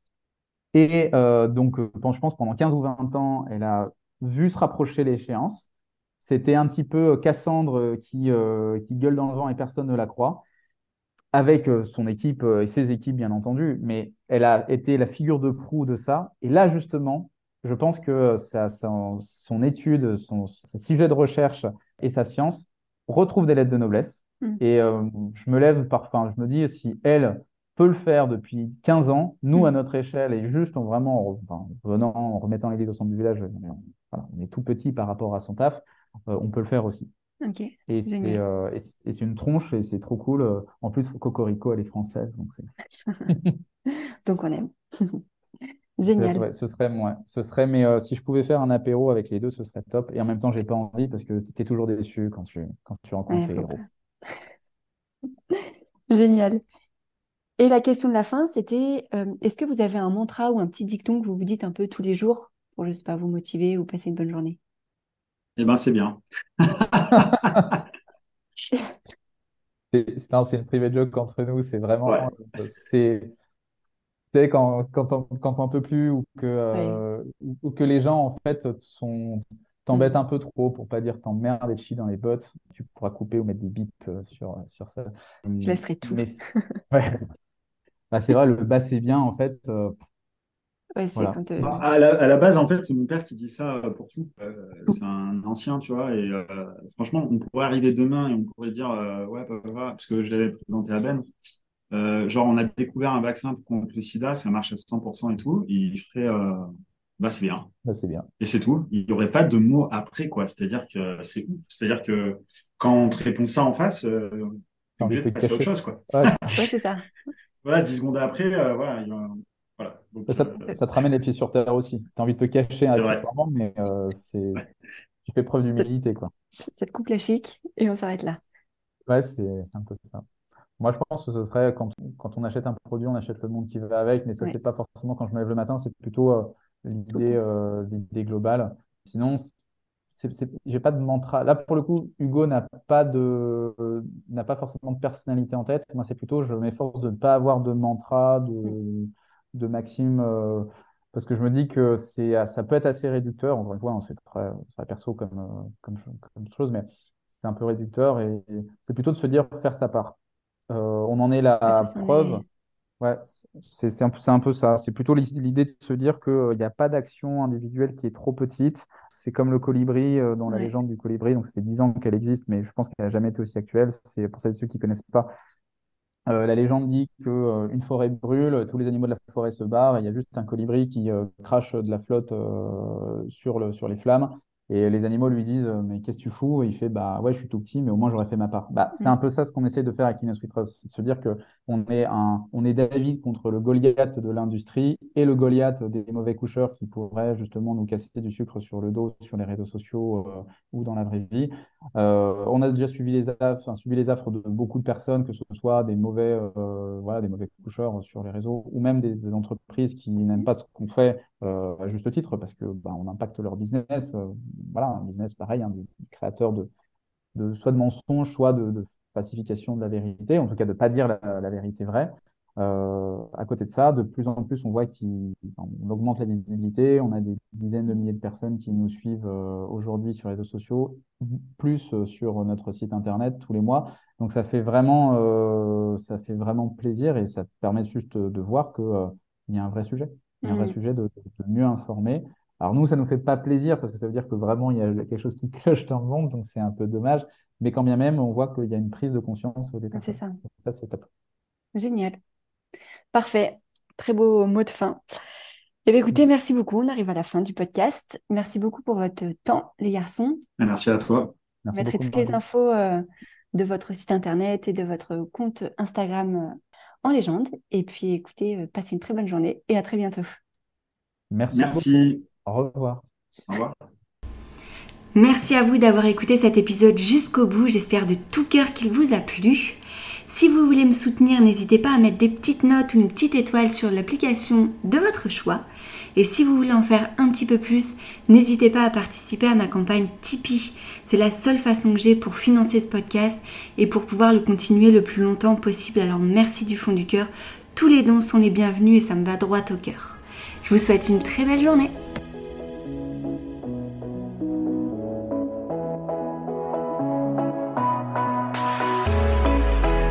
Et euh, donc, euh, je pense pendant quinze ou vingt ans, elle a vu se rapprocher l'échéance. C'était un petit peu Cassandre euh, qui, euh, qui gueule dans le vent et personne ne la croit avec euh, son équipe euh, et ses équipes, bien entendu, mais elle a été la figure de proue de ça. Et là, justement, je pense que euh, sa- son, son étude, son, son sujet de recherche et sa science retrouvent des lettres de noblesse. Mm. Et euh, je me lève par, enfin, je me dis, si elle peut le faire depuis quinze ans, nous, à Mm. notre échelle, et juste en vraiment en, enfin, en venant, en remettant l'église au centre du village, on, voilà, on est tout petit par rapport à son taf, euh, on peut le faire aussi. Ok, Et c'est génial. euh, et c'est et c'est une tronche et c'est trop cool. Euh, En plus, Cocorico, elle est française, donc c'est. Donc on aime. Ce Génial. serait, ce serait moi. Ce serait, mais euh, si je pouvais faire un apéro avec les deux, ce serait top. Et en même temps, j'ai pas envie parce que tu es toujours déçu quand tu, quand tu rencontres Ouais, tes faut pas. héros. Génial. Et la question de la fin, c'était euh, est-ce que vous avez un mantra ou un petit dicton que vous vous dites un peu tous les jours pour, je sais pas, vous motiver ou passer une bonne journée? Eh ben, c'est bien. C'est c'est- non, c'est une private joke entre nous. C'est vraiment. Ouais. euh, C'est tu sais, quand, quand on, quand on peut plus ou que, Ouais. euh, ou ou que les gens, en fait, sont, t'embêtent Mm. un peu trop pour pas dire t'emmerdes et te chie dans les bottes, tu pourras couper ou mettre des bips euh, sur, sur ça. Je Hum, laisserai tout. Mais ouais, bah, c'est vrai, le bas, c'est bien, en fait. Euh, Ouais, c'est voilà. quand... euh, Bah, à la, à la base, en fait, c'est mon père qui dit ça euh, pour tout. Euh, c'est un ancien, tu vois. Et euh, franchement, on pourrait arriver demain et on pourrait dire, euh, ouais, papa, parce que je l'avais présenté à Ben. Euh, genre, on a découvert un vaccin contre le sida, ça marche à cent pour cent et tout. Et il ferait, euh, bah, c'est bien. Bah, c'est bien. Et c'est tout. Il n'y aurait pas de mots après, quoi. C'est-à-dire que c'est ouf. C'est-à-dire que quand on te répond ça en face, euh, t'es T'as envie obligé de de te passer à autre cacher. chose, quoi. Ouais, Ouais, c'est ça. Voilà, dix secondes après, euh, voilà, il y a- voilà. Donc, ça, euh, Ça, ça te ramène les pieds sur terre aussi. T'as envie de te cacher c'est vrai. accessoirement, mais euh, c'est, Ouais. tu fais preuve ça- d'humilité, quoi. ça te coupe la chic et on s'arrête là. Ouais, c'est c'est un peu ça. Moi, je pense que ce serait quand, quand on achète un produit, on achète le monde qui va avec, mais ça, Ouais, c'est pas forcément quand je me lève le matin, c'est plutôt euh, tout le l'idée temps. euh, l'idée globale. Sinon, c'est, c'est, j'ai pas de mantra. Là, pour le coup, Hugo n'a pas de, euh, n'a pas forcément de personnalité en tête. Moi, c'est plutôt, je m'efforce de ne pas avoir de mantra, Mm. de, de maxime, euh, parce que je me dis que c'est, ça peut être assez réducteur. Encore une fois, hein, c'est très, c'est très perso comme, euh, comme, comme chose, mais c'est un peu réducteur et, et c'est plutôt de se dire faire sa part. Euh, on en est Ouais, ça la s'en preuve. est. Ouais, c'est c'est un peu, c'est un peu ça. C'est plutôt l'i- l'idée de se dire qu'il n'y a pas d'action individuelle qui est trop petite. C'est comme le colibri euh, dans la Ouais. légende du colibri. Donc, ça fait dix ans qu'elle existe, mais je pense qu'elle n'a jamais été aussi actuelle. C'est pour celles et ceux qui ne connaissent pas. Euh, la légende dit que euh, une forêt brûle, tous les animaux de la forêt se barrent, et il y a juste un colibri qui euh, crache de la flotte euh, sur le, sur les flammes. Et les animaux lui disent euh, mais qu'est-ce que tu fous? Et il fait bah ouais, je suis tout petit, mais au moins j'aurais fait ma part. Bah, c'est un Mm. peu ça ce qu'on essaie de faire avec Inner Sweet Rose, c'est de se dire que on est un, on est David contre le Goliath de l'industrie et le Goliath des mauvais coucheurs qui pourraient justement nous casser du sucre sur le dos, sur les réseaux sociaux euh, ou dans la vraie vie. Euh, on a déjà suivi les affres, enfin, suivi les affres de beaucoup de personnes, que ce soit des mauvais, euh, voilà, des mauvais coucheurs sur les réseaux, ou même des entreprises qui n'aiment pas ce qu'on fait euh, à juste titre, parce que bah, on impacte leur business. Euh, voilà, un business pareil, hein, du, du créateur de, de soit de mensonges, soit de, de falsification de la vérité, en tout cas de ne pas dire la, la vérité vraie. Euh, à côté de ça, de plus en plus, on voit qu'on augmente la visibilité. On a des dizaines de milliers de personnes qui nous suivent euh, aujourd'hui sur les réseaux sociaux, plus euh, sur notre site internet tous les mois. Donc ça fait vraiment, euh, ça fait vraiment plaisir et ça permet juste de voir que, euh, il y a un vrai sujet. Il y a un vrai Mm. sujet de, de mieux informer. Alors nous, ça ne nous fait pas plaisir parce que ça veut dire que vraiment, il y a quelque chose qui cloche dans le monde, donc c'est un peu dommage. Mais quand bien même, on voit qu'il y a une prise de conscience des C'est personnes. ça. Donc ça, c'est top. Génial. Parfait. Très beau mot de fin. Eh bien, écoutez, merci beaucoup. On arrive à la fin du podcast. Merci beaucoup pour votre temps, les garçons. Et merci à toi. Je Merci mettrai beaucoup, toutes les Margot. infos euh, de votre site internet et de votre compte Instagram euh, en légende. Et puis, écoutez, euh, passez une très bonne journée et à très bientôt. Merci beaucoup. Merci. Au revoir. Au revoir. Merci à vous d'avoir écouté cet épisode jusqu'au bout. J'espère de tout cœur qu'il vous a plu. Si vous voulez me soutenir, n'hésitez pas à mettre des petites notes ou une petite étoile sur l'application de votre choix. Et si vous voulez en faire un petit peu plus, n'hésitez pas à participer à ma campagne Tipeee. C'est la seule façon que j'ai pour financer ce podcast et pour pouvoir le continuer le plus longtemps possible. Alors merci du fond du cœur. Tous les dons sont les bienvenus et ça me va droit au cœur. Je vous souhaite une très belle journée.